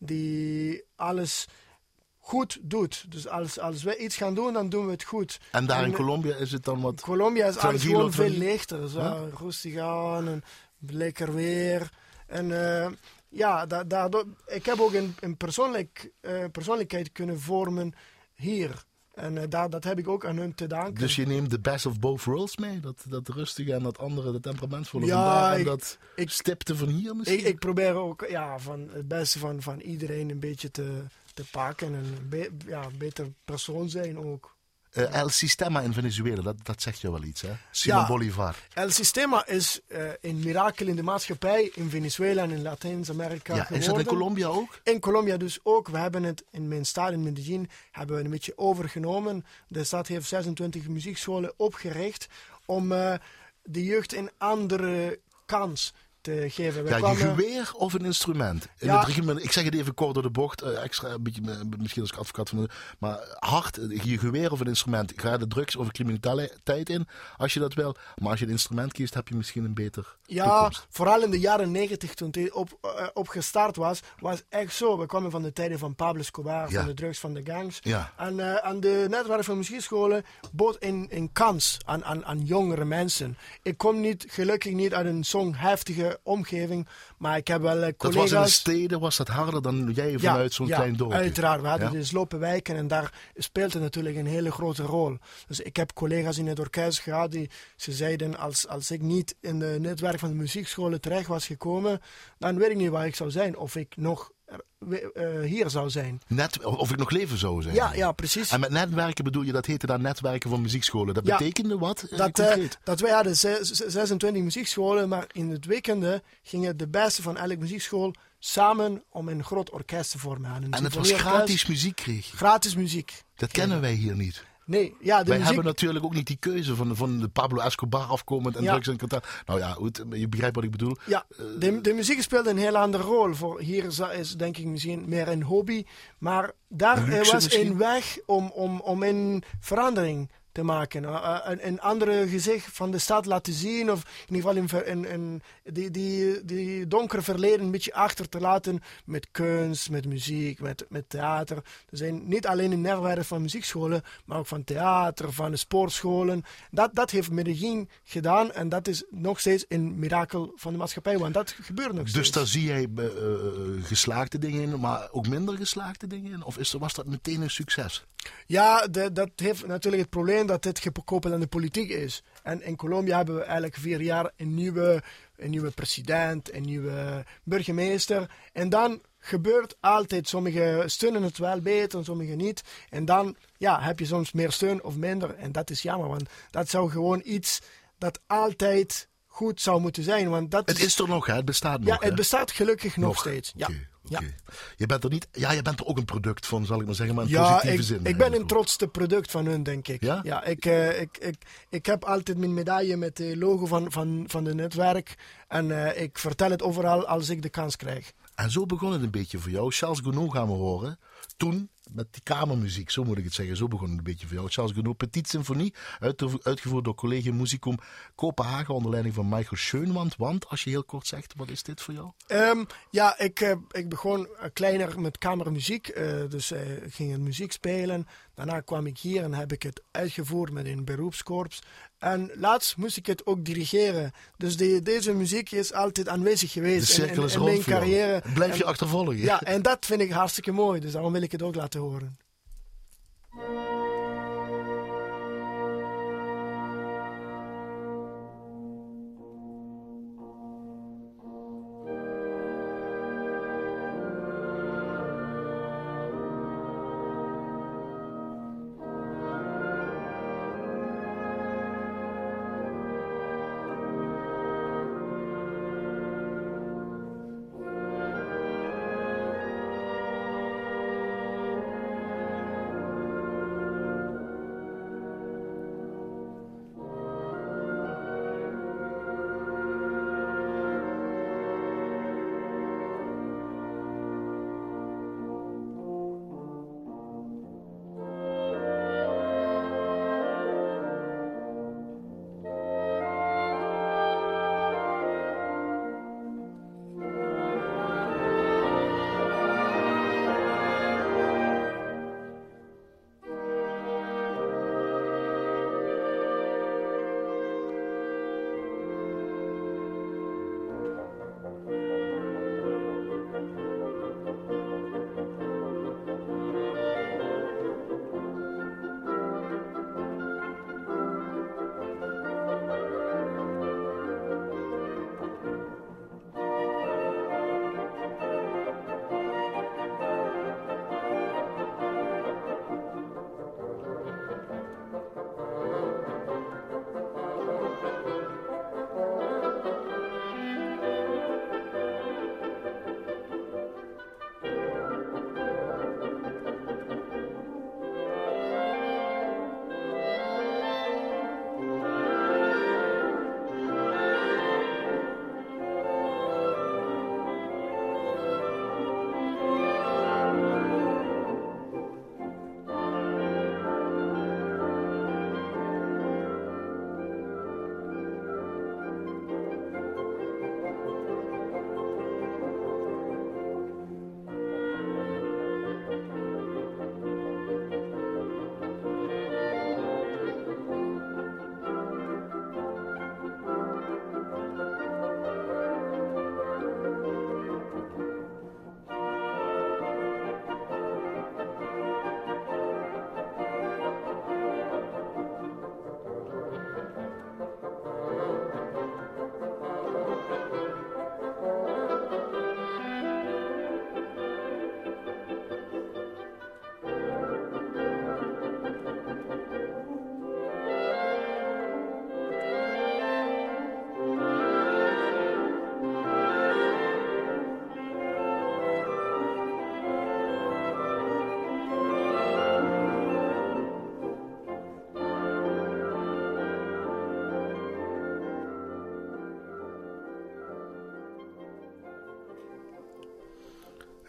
die alles goed doet. Dus als, als wij iets gaan doen, dan doen we het goed. En daar en, in Colombia is het dan wat... Colombia is alles gewoon veel die... lichter. Zo, huh? Rustig aan en lekker weer. En uh, ja, da, daardoor, ik heb ook een, een persoonlijk, uh, persoonlijkheid kunnen vormen hier. En uh, daar, dat heb ik ook aan hun te danken. Dus je neemt de best of both worlds mee? Dat, dat rustige en dat andere, dat temperamentsvolle ja, van daar en ik, dat ik, stipte van hier misschien? Ik, ik probeer ook ja, van het beste van, van iedereen een beetje te, te pakken. En een be, ja, beter persoon zijn ook. Uh, El Sistema in Venezuela, dat, dat zegt je wel iets, hè? Simon ja, Bolivar. El Sistema is uh, een mirakel in de maatschappij in Venezuela en in Latijns-Amerika ja, geworden. Is dat in Colombia ook? In Colombia dus ook. We hebben het in mijn stad in Medellin hebben we een beetje overgenomen. De stad heeft zesentwintig muziekscholen opgericht om uh, de jeugd een andere kans te geven. We ja, kwamen... je geweer of een instrument? In ja. het regime, ik zeg het even kort door de bocht, uh, extra, een beetje, misschien als advocaat van de, maar hard, je geweer of een instrument. Ga je de drugs of de criminaliteit in, als je dat wil. Maar als je een instrument kiest, heb je misschien een beter Ja, toekomst. Vooral in de jaren negentig, toen het op, uh, opgestart was, was echt zo. We kwamen van de tijden van Pablo Escobar, ja. van de drugs, van de gangs. Ja. En uh, aan de netwerk van muziekscholen bood een, een kans aan, aan, aan jongere mensen. Ik kom niet, gelukkig niet uit een zo'n heftige rustige omgeving. Maar ik heb wel uh, Dat collega's... was in de steden, was dat harder dan jij vanuit ja, zo'n ja, klein dorpje? Uiteraard. We hadden ja? de Slopenwijken en daar speelt het natuurlijk een hele grote rol. Dus ik heb collega's in het orkest gehad die ze zeiden, als, als ik niet in het netwerk van de muziekscholen terecht was gekomen, dan weet ik niet waar ik zou zijn. Of ik nog uh, hier zou zijn. Net, of ik nog leven zou zijn. Ja, ja, precies. En met netwerken bedoel je, dat heette dan netwerken van muziekscholen. Dat ja, betekende wat? Dat, uh, dat wij hadden zesentwintig muziekscholen, maar in het weekende gingen de beste van elke muziekschool samen om een groot orkest te vormen. Een en het was gratis muziek kreeg je? Gratis muziek. Dat kennen ja. wij hier niet. Nee, ja, de wij muziek... hebben natuurlijk ook niet die keuze van, van de Pablo Escobar afkomend en ja. drugs en Qatar. Nou ja, goed, je begrijpt wat ik bedoel. Ja, de, de muziek speelde een heel andere rol. Voor hier is denk ik misschien meer een hobby. Maar daar was misschien een weg om, om, om een verandering te maken. Uh, een, een andere gezicht van de stad laten zien. Of in ieder geval een, een, een, die, die, die donkere verleden een beetje achter te laten. Met kunst, met muziek, met, met theater. Er zijn niet alleen een netwerk van muziekscholen, maar ook van theater, van de sportscholen. Dat, dat heeft Medellin gedaan en dat is nog steeds een mirakel van de maatschappij. Want dat gebeurt nog dus steeds. Dus daar zie jij uh, geslaagde dingen in, maar ook minder geslaagde dingen in? Of is, was dat meteen een succes? Ja, de, dat heeft natuurlijk het probleem dat dit gekoppeld aan de politiek is. En in Colombia hebben we eigenlijk vier jaar een nieuwe, een nieuwe president, een nieuwe burgemeester. En dan gebeurt altijd, sommigen steunen het wel beter, sommigen niet. En dan ja, heb je soms meer steun of minder. En dat is jammer, want dat zou gewoon iets dat altijd goed zou moeten zijn. Want dat het is, is er nog, hè? Het bestaat nog. Ja, het hè? bestaat gelukkig nog, nog steeds. Ja. Okay. Ja. Okay. Je bent er niet, ja, je bent er ook een product van, zal ik maar zeggen, maar in ja, positieve ik, zin. ik ben een trotste product van hun, denk ik. Ja? Ja, ik, uh, ik, ik, ik heb altijd mijn medaille met het logo van, van, van de netwerk. En uh, ik vertel het overal als ik de kans krijg. En zo begon het een beetje voor jou. Charles Gounod gaan we horen. Toen, met die kamermuziek, zo moet ik het zeggen. Zo begon het een beetje voor jou. Charles Gounod, Petite Symfonie, uitgevoerd door Collegium Musicum Kopenhagen onder leiding van Michael Schoenwand. Want, als je heel kort zegt, wat is dit voor jou? Um, ja, ik, uh, ik begon uh, kleiner met kamermuziek. Uh, dus uh, ik ging in muziek spelen. Daarna kwam ik hier en heb ik het uitgevoerd met een beroepskorps. En laatst moest ik het ook dirigeren. Dus die, deze muziek is altijd aanwezig geweest de cirkel is in, in, in mijn carrière. Blijf je en, achtervolgen. Ja, en dat vind ik hartstikke mooi. Dus daarom wil ik het ook laten horen.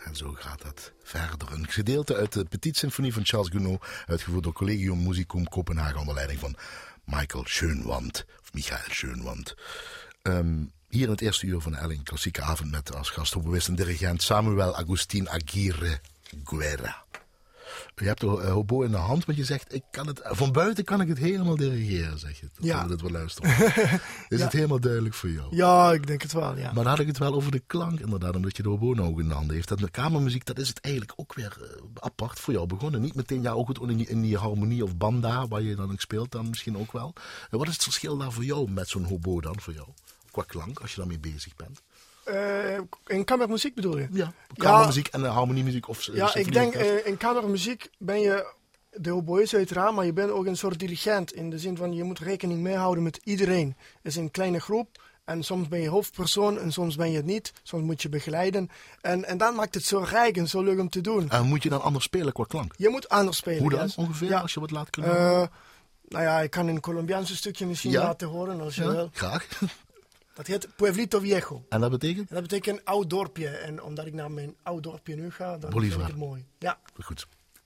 En zo gaat dat verder. Een gedeelte uit de Petite Symfonie van Charles Gounod, uitgevoerd door Collegium Musicum Kopenhagen onder leiding van Michael Schönwand, of Michael Schönwand. Um, hier in het eerste uur van de L één Klassieke Avond met als gasthoboïst en dirigent Samuel Agustín Aguirre Guerra. Je hebt de uh, hobo in de hand, want je zegt, ik kan het, van buiten kan ik het helemaal dirigeren, zeg je. Dat ja. we dit wel luisteren. Is ja. het helemaal duidelijk voor jou? Ja, ik denk het wel, ja. Maar dan had ik het wel over de klank, inderdaad, omdat je de hobo nou ook in de handen heeft. Dat de kamermuziek, dat is het eigenlijk ook weer uh, apart voor jou begonnen. Niet meteen, ja, ook goed in die, in die harmonie of banda, waar je dan ook speelt, dan misschien ook wel. En wat is het verschil daar voor jou met zo'n hobo dan, voor jou? Qua klank, als je daarmee bezig bent? Uh, in kamermuziek bedoel je? Ja, kamermuziek ja. en uh, harmoniemuziek of uh, Ja, ik denk uh, in kamermuziek ben je de hoboïst uiteraard, maar je bent ook een soort dirigent. In de zin van je moet rekening mee houden met iedereen. Het is een kleine groep en soms ben je hoofdpersoon en soms ben je het niet. Soms moet je begeleiden. En, en dan maakt het zo rijk en zo leuk om te doen. En uh, moet je dan anders spelen qua klank? Je moet anders spelen. Hoe dan yes. ongeveer, ja. als je wat laat kunnen uh, horen? Nou ja, ik kan een Colombiaanse stukje misschien ja? laten horen als je ja, wil. Graag. Dat heet Pueblito Viejo. En dat betekent? En dat betekent oud dorpje. En omdat ik naar mijn oud dorpje nu ga, dan Bolivar. vind ik het mooi. Ja. Goed.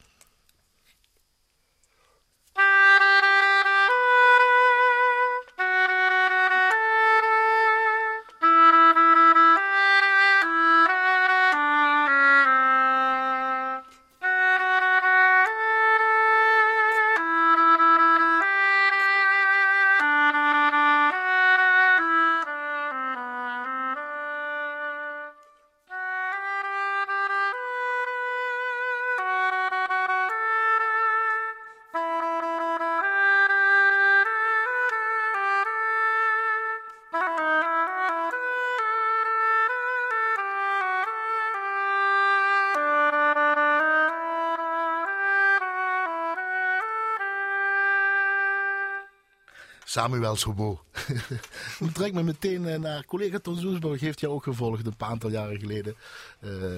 Samuels hobo. Dan trek me meteen naar collega Ton Zoensburg. Heeft jou ook gevolgd een paar aantal jaren geleden. Uh, uh,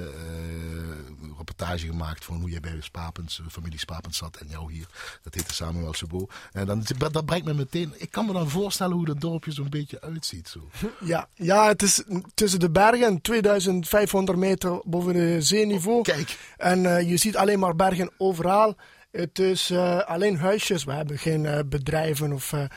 een reportage gemaakt van hoe jij bij Spapens, familie Spapens zat en jou hier. Dat heette Samuels hobo. En dan, dat brengt me meteen... Ik kan me dan voorstellen hoe dat dorpje zo'n beetje uitziet. Zo. Ja, ja, het is tussen de bergen, tweeduizend vijfhonderd meter boven de zeeniveau. Kijk. En uh, je ziet alleen maar bergen overal. Het is uh, alleen huisjes. We hebben geen uh, bedrijven of... Uh,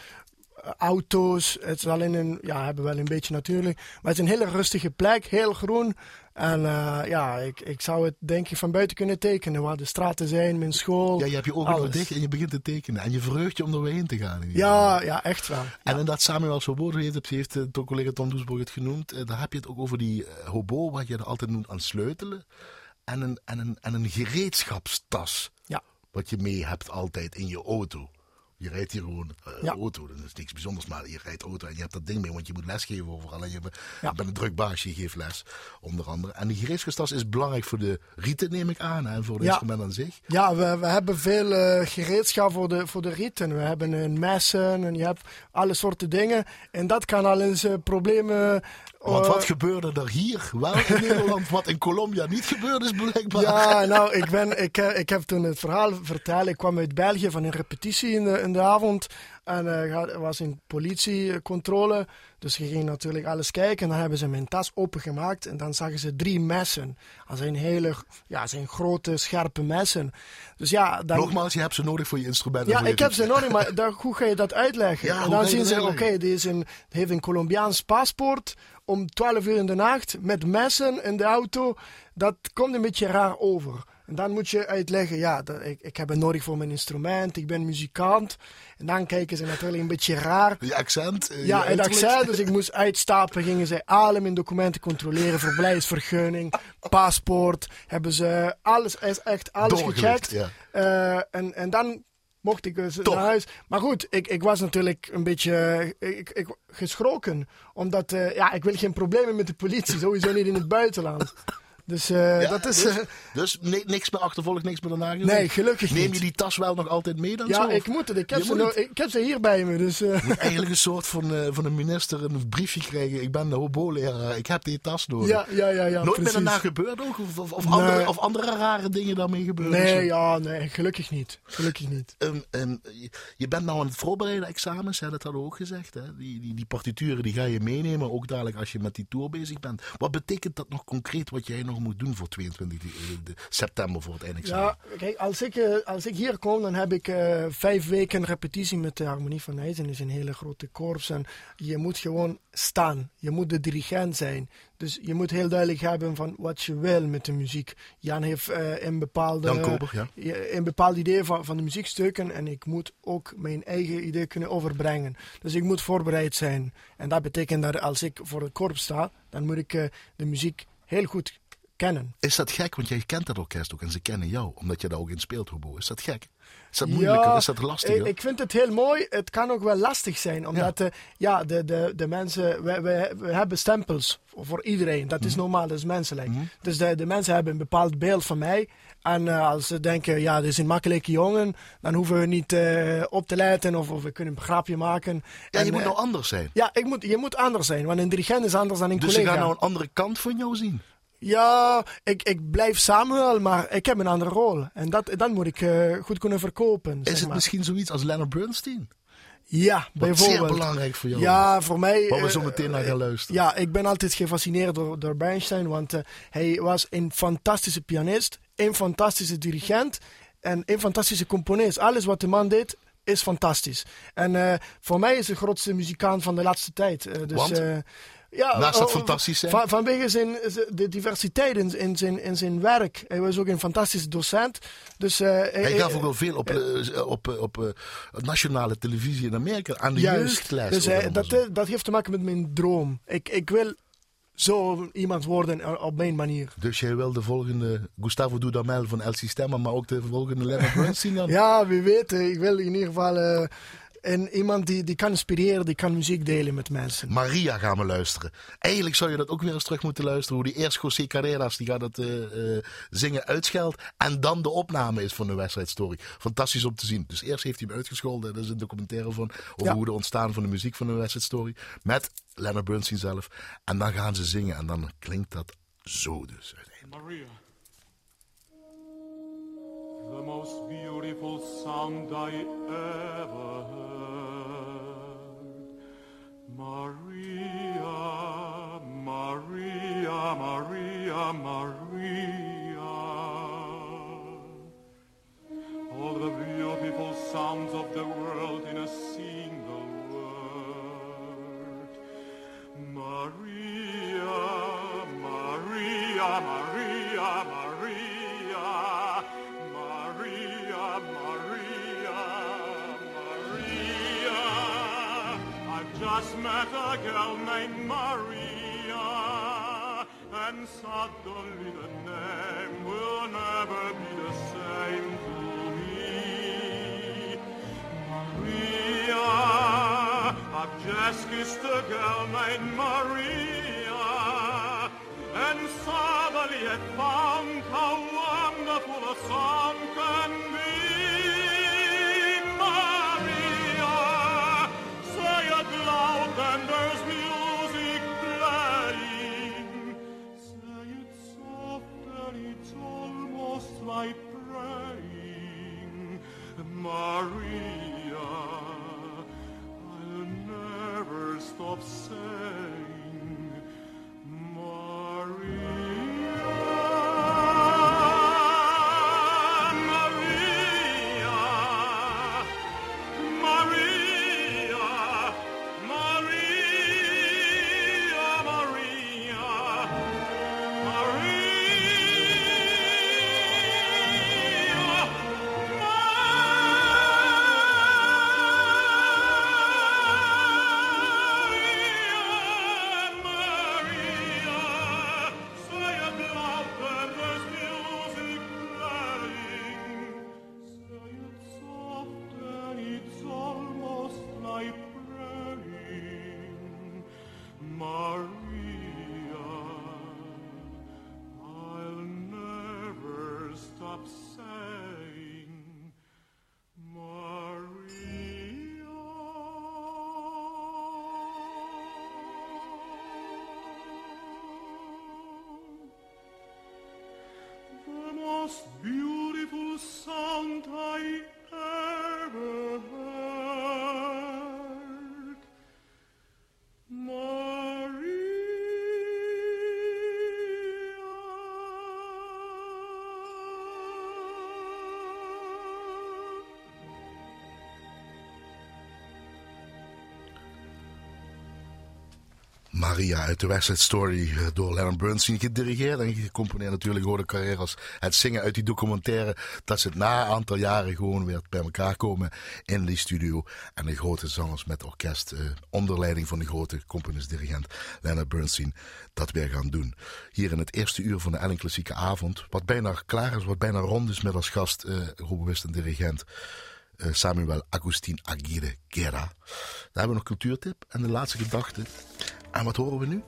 auto's, het is alleen een, ja, hebben wel een beetje natuurlijk, maar het is een hele rustige plek, heel groen. En uh, ja, ik, ik zou het denk ik van buiten kunnen tekenen, waar de straten zijn, mijn school. Ja, je hebt je ogen nog dicht en je begint te tekenen. En je verheugt je om er weer heen te gaan. Ja, ja, echt wel. En ja. in dat Samuel hobo, heeft, heeft uh, collega Tom Doesburg het genoemd, uh, daar heb je het ook over die uh, hobo, wat je er altijd noemt aan sleutelen. En een, en een, en een gereedschapstas, ja. wat je mee hebt altijd in je auto. Je rijdt hier gewoon uh, ja. auto, dat is niks bijzonders, maar je rijdt auto en je hebt dat ding mee, want je moet lesgeven overal. En je bent, ja. je bent een druk baasje, je geeft les, onder andere. En die gereedschapstas is belangrijk voor de rieten, neem ik aan, en voor het ja. instrument aan zich. Ja, we, we hebben veel uh, gereedschap voor de, voor de rieten. We hebben een messen en je hebt alle soorten dingen. En dat kan al eens uh, problemen... Want wat gebeurde er hier wel in Nederland, wat in Colombia niet gebeurd is blijkbaar? Ja, nou, ik, ben, ik, ik heb toen het verhaal verteld. Ik kwam uit België van een repetitie in de, in de avond. En er uh, was een politiecontrole. Dus je ging natuurlijk alles kijken. En dan hebben ze mijn tas opengemaakt. En dan zagen ze drie messen. Dat zijn hele, ja, zijn grote, scherpe messen. Dus ja, dan... Nogmaals, je hebt ze nodig voor je instrumenten. Ja, ik heb ze nodig, maar dan, hoe ga je dat uitleggen? Ja, en dan zien ze, oké, okay, deze heeft een Colombiaans paspoort. Om twaalf uur in de nacht met messen in de auto. Dat komt een beetje raar over. En dan moet je uitleggen, ja, dat, ik, ik heb het nodig voor mijn instrument, ik ben muzikant. En dan kijken ze natuurlijk een beetje raar. Je accent. Uh, ja, het accent, dus ik moest uitstappen. Gingen ze alle mijn documenten controleren, verblijfsvergunning, paspoort. Hebben ze alles, echt alles gecheckt. Ja. Uh, en, en dan... mocht ik dus naar huis. Maar goed, ik, ik was natuurlijk een beetje ik, ik, geschrokken. Omdat, uh, ja, ik wil geen problemen met de politie. Sowieso niet in het buitenland. Dus uh, ja, dat is... Dus, uh, dus nee, niks meer achtervolgd, niks meer daarna gezien? Nee, gelukkig Neem niet. Neem je die tas wel nog altijd mee dan ja, zo? Ja, ik moet het. Ik heb, ze, no- het. ik heb ze hier bij me. Dus, uh. Je moet eigenlijk een soort van, uh, van een minister een briefje krijgen. Ik ben de hobo-leraar, ik heb die tas nodig. Ja, ja, ja. ja Nooit precies. meer daarna gebeurd ook? Of, of, of, nee. andere, of andere rare dingen daarmee gebeurd? Nee, ja, nee, gelukkig niet. Gelukkig niet. Um, um, je, je bent nou aan het voorbereiden examens, hè, dat hadden we ook gezegd. Hè? Die, die, die partituren die ga je meenemen, ook dadelijk als je met die tour bezig bent. Wat betekent dat nog concreet wat jij nog moet doen voor tweeëntwintig september, voor het eindexamen? Ja, kijk, als ik, uh, als ik hier kom, dan heb ik uh, vijf weken repetitie met de Harmonie van Nijssen. Dat is een hele grote korps en je moet gewoon staan. Je moet de dirigent zijn. Dus je moet heel duidelijk hebben van wat je wil met de muziek. Jan heeft uh, een bepaalde, Jan Koper, ja. een bepaald idee van, van de muziekstukken en ik moet ook mijn eigen idee kunnen overbrengen. Dus ik moet voorbereid zijn. En dat betekent dat als ik voor het korps sta, dan moet ik uh, de muziek heel goed kennen. Is dat gek? Want jij kent dat orkest ook en ze kennen jou, omdat je daar ook in speelt, Hobo. Is dat gek? Is dat moeilijker? Ja, is dat lastiger? Ik, ik vind het heel mooi. Het kan ook wel lastig zijn, omdat ja. Uh, ja, de, de, de mensen, we, we, we hebben stempels voor, voor iedereen. Dat is mm. normaal, dat is menselijk. Mm. Dus de, de mensen hebben een bepaald beeld van mij. En uh, als ze denken, ja, dit is een makkelijke jongen, dan hoeven we niet uh, op te letten of, of we kunnen een grapje maken. Ja, en, je moet uh, nou anders zijn. Ja, ik moet, je moet anders zijn, want een dirigent is anders dan een dus collega. Dus ze gaan nou een andere kant van jou zien? Ja, ik, ik blijf Samuel, maar ik heb een andere rol. En dat, dat moet ik uh, goed kunnen verkopen. Is zeg het maar. misschien zoiets als Leonard Bernstein? Ja, Wat bijvoorbeeld. zeer belangrijk voor jou. Ja, voor mij. Waar we uh, zo meteen naar gaan luisteren. Ja, ik ben altijd gefascineerd door, door Bernstein, want uh, hij was een fantastische pianist, een fantastische dirigent en een fantastische componist. Alles wat de man deed, is fantastisch. En uh, voor mij is hij de grootste muzikant van de laatste tijd. Uh, dus, want? Uh, Ja, Naast dat oh, fantastisch zijn? Van, vanwege zijn, de diversiteit in, in, zijn, in zijn werk. Hij was ook een fantastische docent. Dus, uh, hij, hij gaf uh, ook wel veel op, uh, op, uh, op uh, nationale televisie in Amerika aan de juist, jeugdles. Dus hij, dat, uh, dat heeft te maken met mijn droom. Ik, ik wil zo iemand worden op mijn manier. Dus jij wil de volgende Gustavo Dudamel van El Sistema, maar ook de volgende Leonard Bernstein dan? Ja, wie weet. Ik wil in ieder geval... Uh, En iemand die, die kan inspireren, die kan muziek delen met mensen. Maria gaan we luisteren. Eigenlijk zou je dat ook weer eens terug moeten luisteren. Hoe die eerst José Carreras, die gaat het uh, uh, zingen uitscheldt. En dan de opname is van de West Side Story. Fantastisch om te zien. Dus eerst heeft hij hem uitgescholden. Dat is een documentaire van over ja. hoe de ontstaan van de muziek van de West Side Story. Met Leonard Bernstein zelf. En dan gaan ze zingen. En dan klinkt dat zo dus uiteindelijk. Maria. The most beautiful sound I ever heard. Maria, Maria, Maria, Maria. All the beautiful sounds of the world in a single word. Maria, Maria, Maria, Maria. Just met a girl named Maria, and suddenly the name will never be the same to me. Maria, I've just kissed a girl named Maria, and suddenly I found how wonderful a song can be. Loud and there's music playing. Say it soft and it's almost like praying. Maria, I'll never stop saying Maria. Beautiful sound I ever heard. Maria. Maria uit de West Side Story door Leonard Bernstein gedirigeerd en gecomponeerd natuurlijk ook de carrière als het zingen uit die documentaire. Dat ze na een aantal jaren gewoon weer bij elkaar komen in die studio. En de grote zangers met orkest, eh, onder leiding van de grote componist-dirigent Leonard Bernstein, dat weer gaan doen. Hier in het eerste uur van de Ellen Klassieke Avond, wat bijna klaar is, wat bijna rond is met als gast eh, hoboïst en dirigent uh, Samuel Agustín Aguirre Guerra. Daar hebben we nog cultuurtip en de laatste gedachte. En wat horen we nu?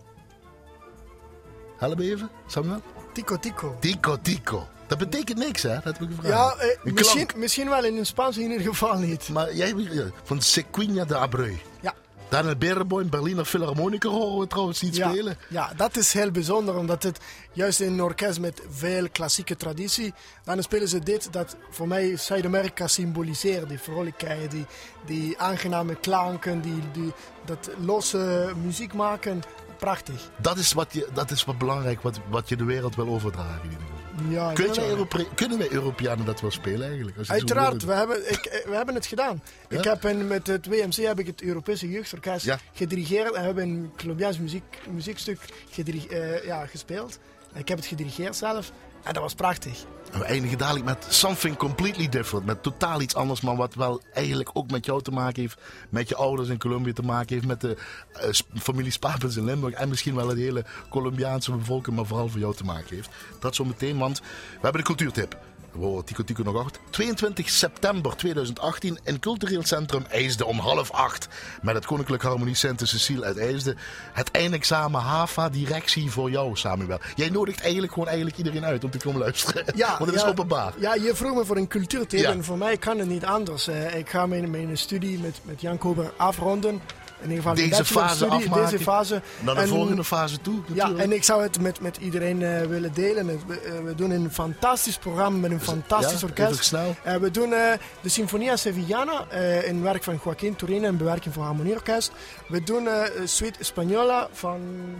Help even, Samuel? Tico Tico. Tico Tico. Dat betekent niks, hè? Dat heb ik gevraagd. Ja, eh, misschien, misschien wel in het Spaans, in ieder geval niet. Maar jij van Sequinha de Abreu. Ja. Daar in de Berenboom, Berliner Philharmoniker horen we trouwens niet ja, spelen. Ja, dat is heel bijzonder, omdat het juist in een orkest met veel klassieke traditie, dan spelen ze dit, dat voor mij Zuid-Amerika symboliseert, die vrolijkheid, die, die aangename klanken, die, die, dat losse muziek maken. Prachtig. Dat is wat, je, dat is wat belangrijk, wat, wat je de wereld wil overdragen in ieder geval. Ja, kunnen, wij Europe- kunnen wij Europeanen dat wel spelen eigenlijk? Als Uiteraard, we hebben, ik, we hebben het gedaan. Ja? Ik heb een, met het W M C heb ik het Europese Jeugdorkest ja. gedirigeerd en we hebben een Colombiaans muziek, muziekstuk gediri- uh, ja, gespeeld. Ik heb het gedirigeerd zelf en dat was prachtig. En we eindigen dadelijk met Something Completely Different. Met totaal iets anders, maar wat wel eigenlijk ook met jou te maken heeft. Met je ouders in Colombia te maken heeft. Met de uh, familie Spapens in Limburg. En misschien wel het hele Colombiaanse bevolking, maar vooral voor jou te maken heeft. Dat zo meteen, want we hebben de cultuurtip. We horen Tico Tico nog acht. tweeëntwintig september tweeduizend achttien in Cultureel Centrum IJsden om half acht. Met het Koninklijk Harmonie Sint-Cecile uit IJsden. Het eindexamen H A V A-directie voor jou, Samuel. Jij nodigt eigenlijk gewoon eigenlijk iedereen uit om te komen luisteren. Ja, want het ja, is openbaar. Ja, je vroeg me voor een cultuurtip Ja. en voor mij kan het niet anders. Uh, ik ga mijn, mijn studie met, met Jan Kober afronden. In ieder geval Deze fase afmaken. Deze fase. Naar de en, volgende fase toe. Ja, en ik zou het met, met iedereen uh, willen delen. We, uh, we doen een fantastisch programma met een fantastisch ja, orkest. even snel. Uh, we doen uh, de Sinfonia Sevillana, uh, een werk van Joaquín Turina, een bewerking van Harmonieorkest. We doen uh, Suite Española van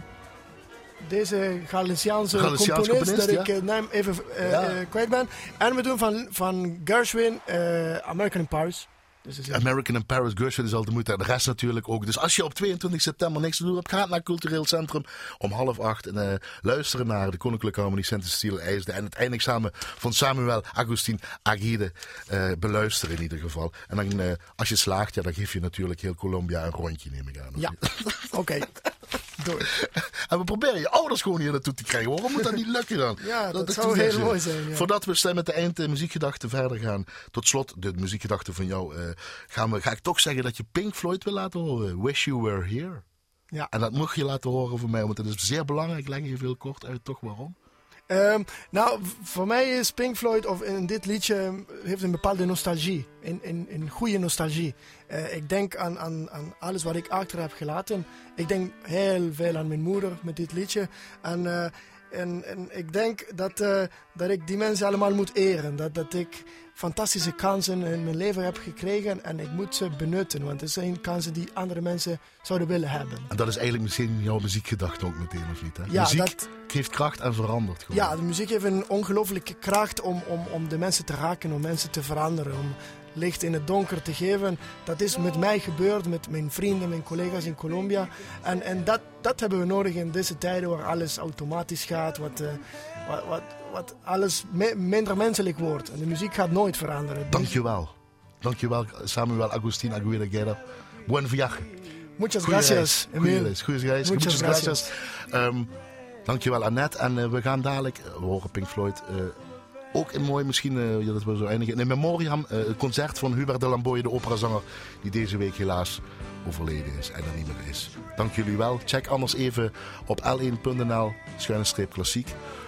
deze Galiciaanse Galiciaans componist, componist, dat ja. ik uh, naam even uh, Ja. uh, kwijt ben. En we doen van, van Gershwin uh, American in Paris. Dus is American in Paris, Gershwin is al de moeite. En de rest natuurlijk ook. Dus als je op tweeëntwintig september niks te doen hebt, ga naar Cultureel Centrum om half acht. En uh, luisteren naar de Koninklijke Harmonie Sint-Cecile IJsden. En het eindexamen van Samuel Agustín Aguirre uh, beluisteren in ieder geval. En dan, uh, als je slaagt, ja, dan geef je natuurlijk heel Colombia een rondje, neem ik aan. Ja, oké. Okay. Door. En we proberen je ouders gewoon hier naartoe te krijgen. Waarom moet dat niet lukken dan? Ja, dat, dat doen zou heel ze. mooi zijn. Ja. Voordat we met de eindmuziekgedachten verder gaan. Tot slot, de muziekgedachten van jou. Uh, gaan we, ga ik toch zeggen dat je Pink Floyd wil laten horen. Wish You Were Here. Ja. En dat mag je laten horen voor mij. Want het is zeer belangrijk. Leg je heel kort uit toch waarom. Um, nou, voor mij is Pink Floyd, of in dit liedje, heeft een bepaalde nostalgie. Een, een, een goede nostalgie. Uh, ik denk aan, aan, aan alles wat ik achter heb gelaten. Ik denk heel veel aan mijn moeder met dit liedje. En, uh, en, en ik denk dat, uh, dat ik die mensen allemaal moet eren. Dat, dat ik fantastische kansen in mijn leven heb gekregen en ik moet ze benutten. Want het zijn kansen die andere mensen zouden willen hebben. En dat is eigenlijk misschien jouw muziekgedachte ook meteen, of niet? Hè? Ja, muziek dat, geeft kracht en verandert gewoon. Ja, de muziek heeft een ongelooflijke kracht om, om, om de mensen te raken, om mensen te veranderen. Om licht in het donker te geven. Dat is met mij gebeurd, met mijn vrienden, mijn collega's in Colombia. En, en dat, dat hebben we nodig in deze tijden waar alles automatisch gaat. Wat, uh, wat, wat, wat alles me, minder menselijk wordt. En de muziek gaat nooit veranderen. Dankjewel. Dankjewel, Samuel Agustín Aguirre Guerra. Buen viaje. Muchas Goeie gracias, reis. Goeie Emil. reis. Goeie reis. Muchas, Muchas gracias. Um, dankjewel, Annette. En uh, we gaan dadelijk, uh, we horen Pink Floyd, uh, ook een mooi, misschien uh, dat we zo eindigen, in memoriam, uh, het concert van Hubert de Lamboye, de operazanger, die deze week helaas overleden is en er niet meer is. Dank jullie wel. Check anders even op l één punt n l schuine streep klassiek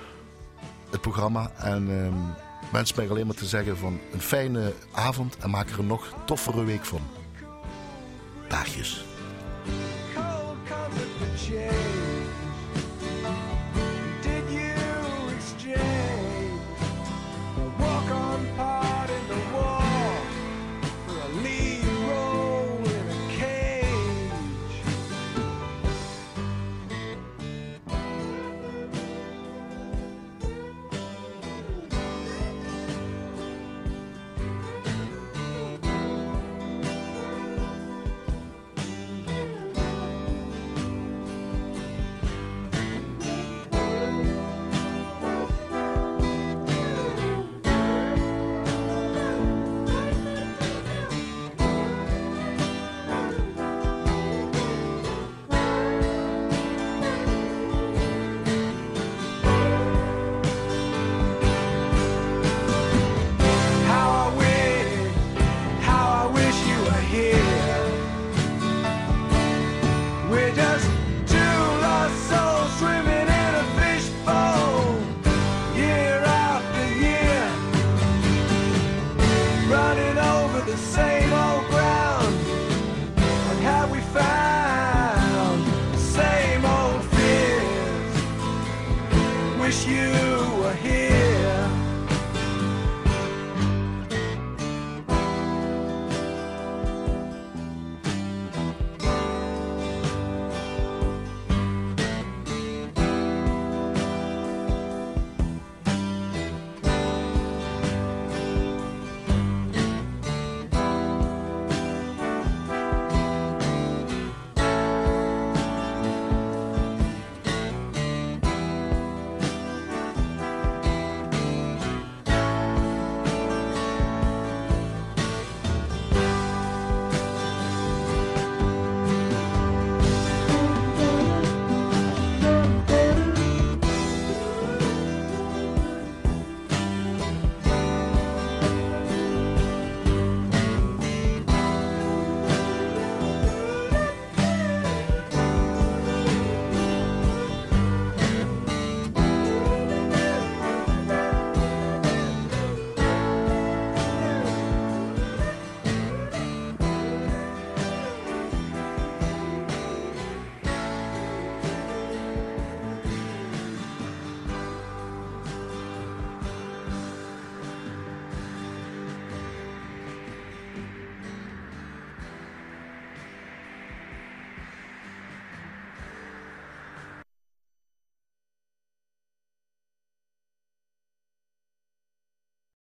het programma. En um, wens mij alleen maar te zeggen van een fijne avond en maak er een nog toffere week van. Dagjes. were here.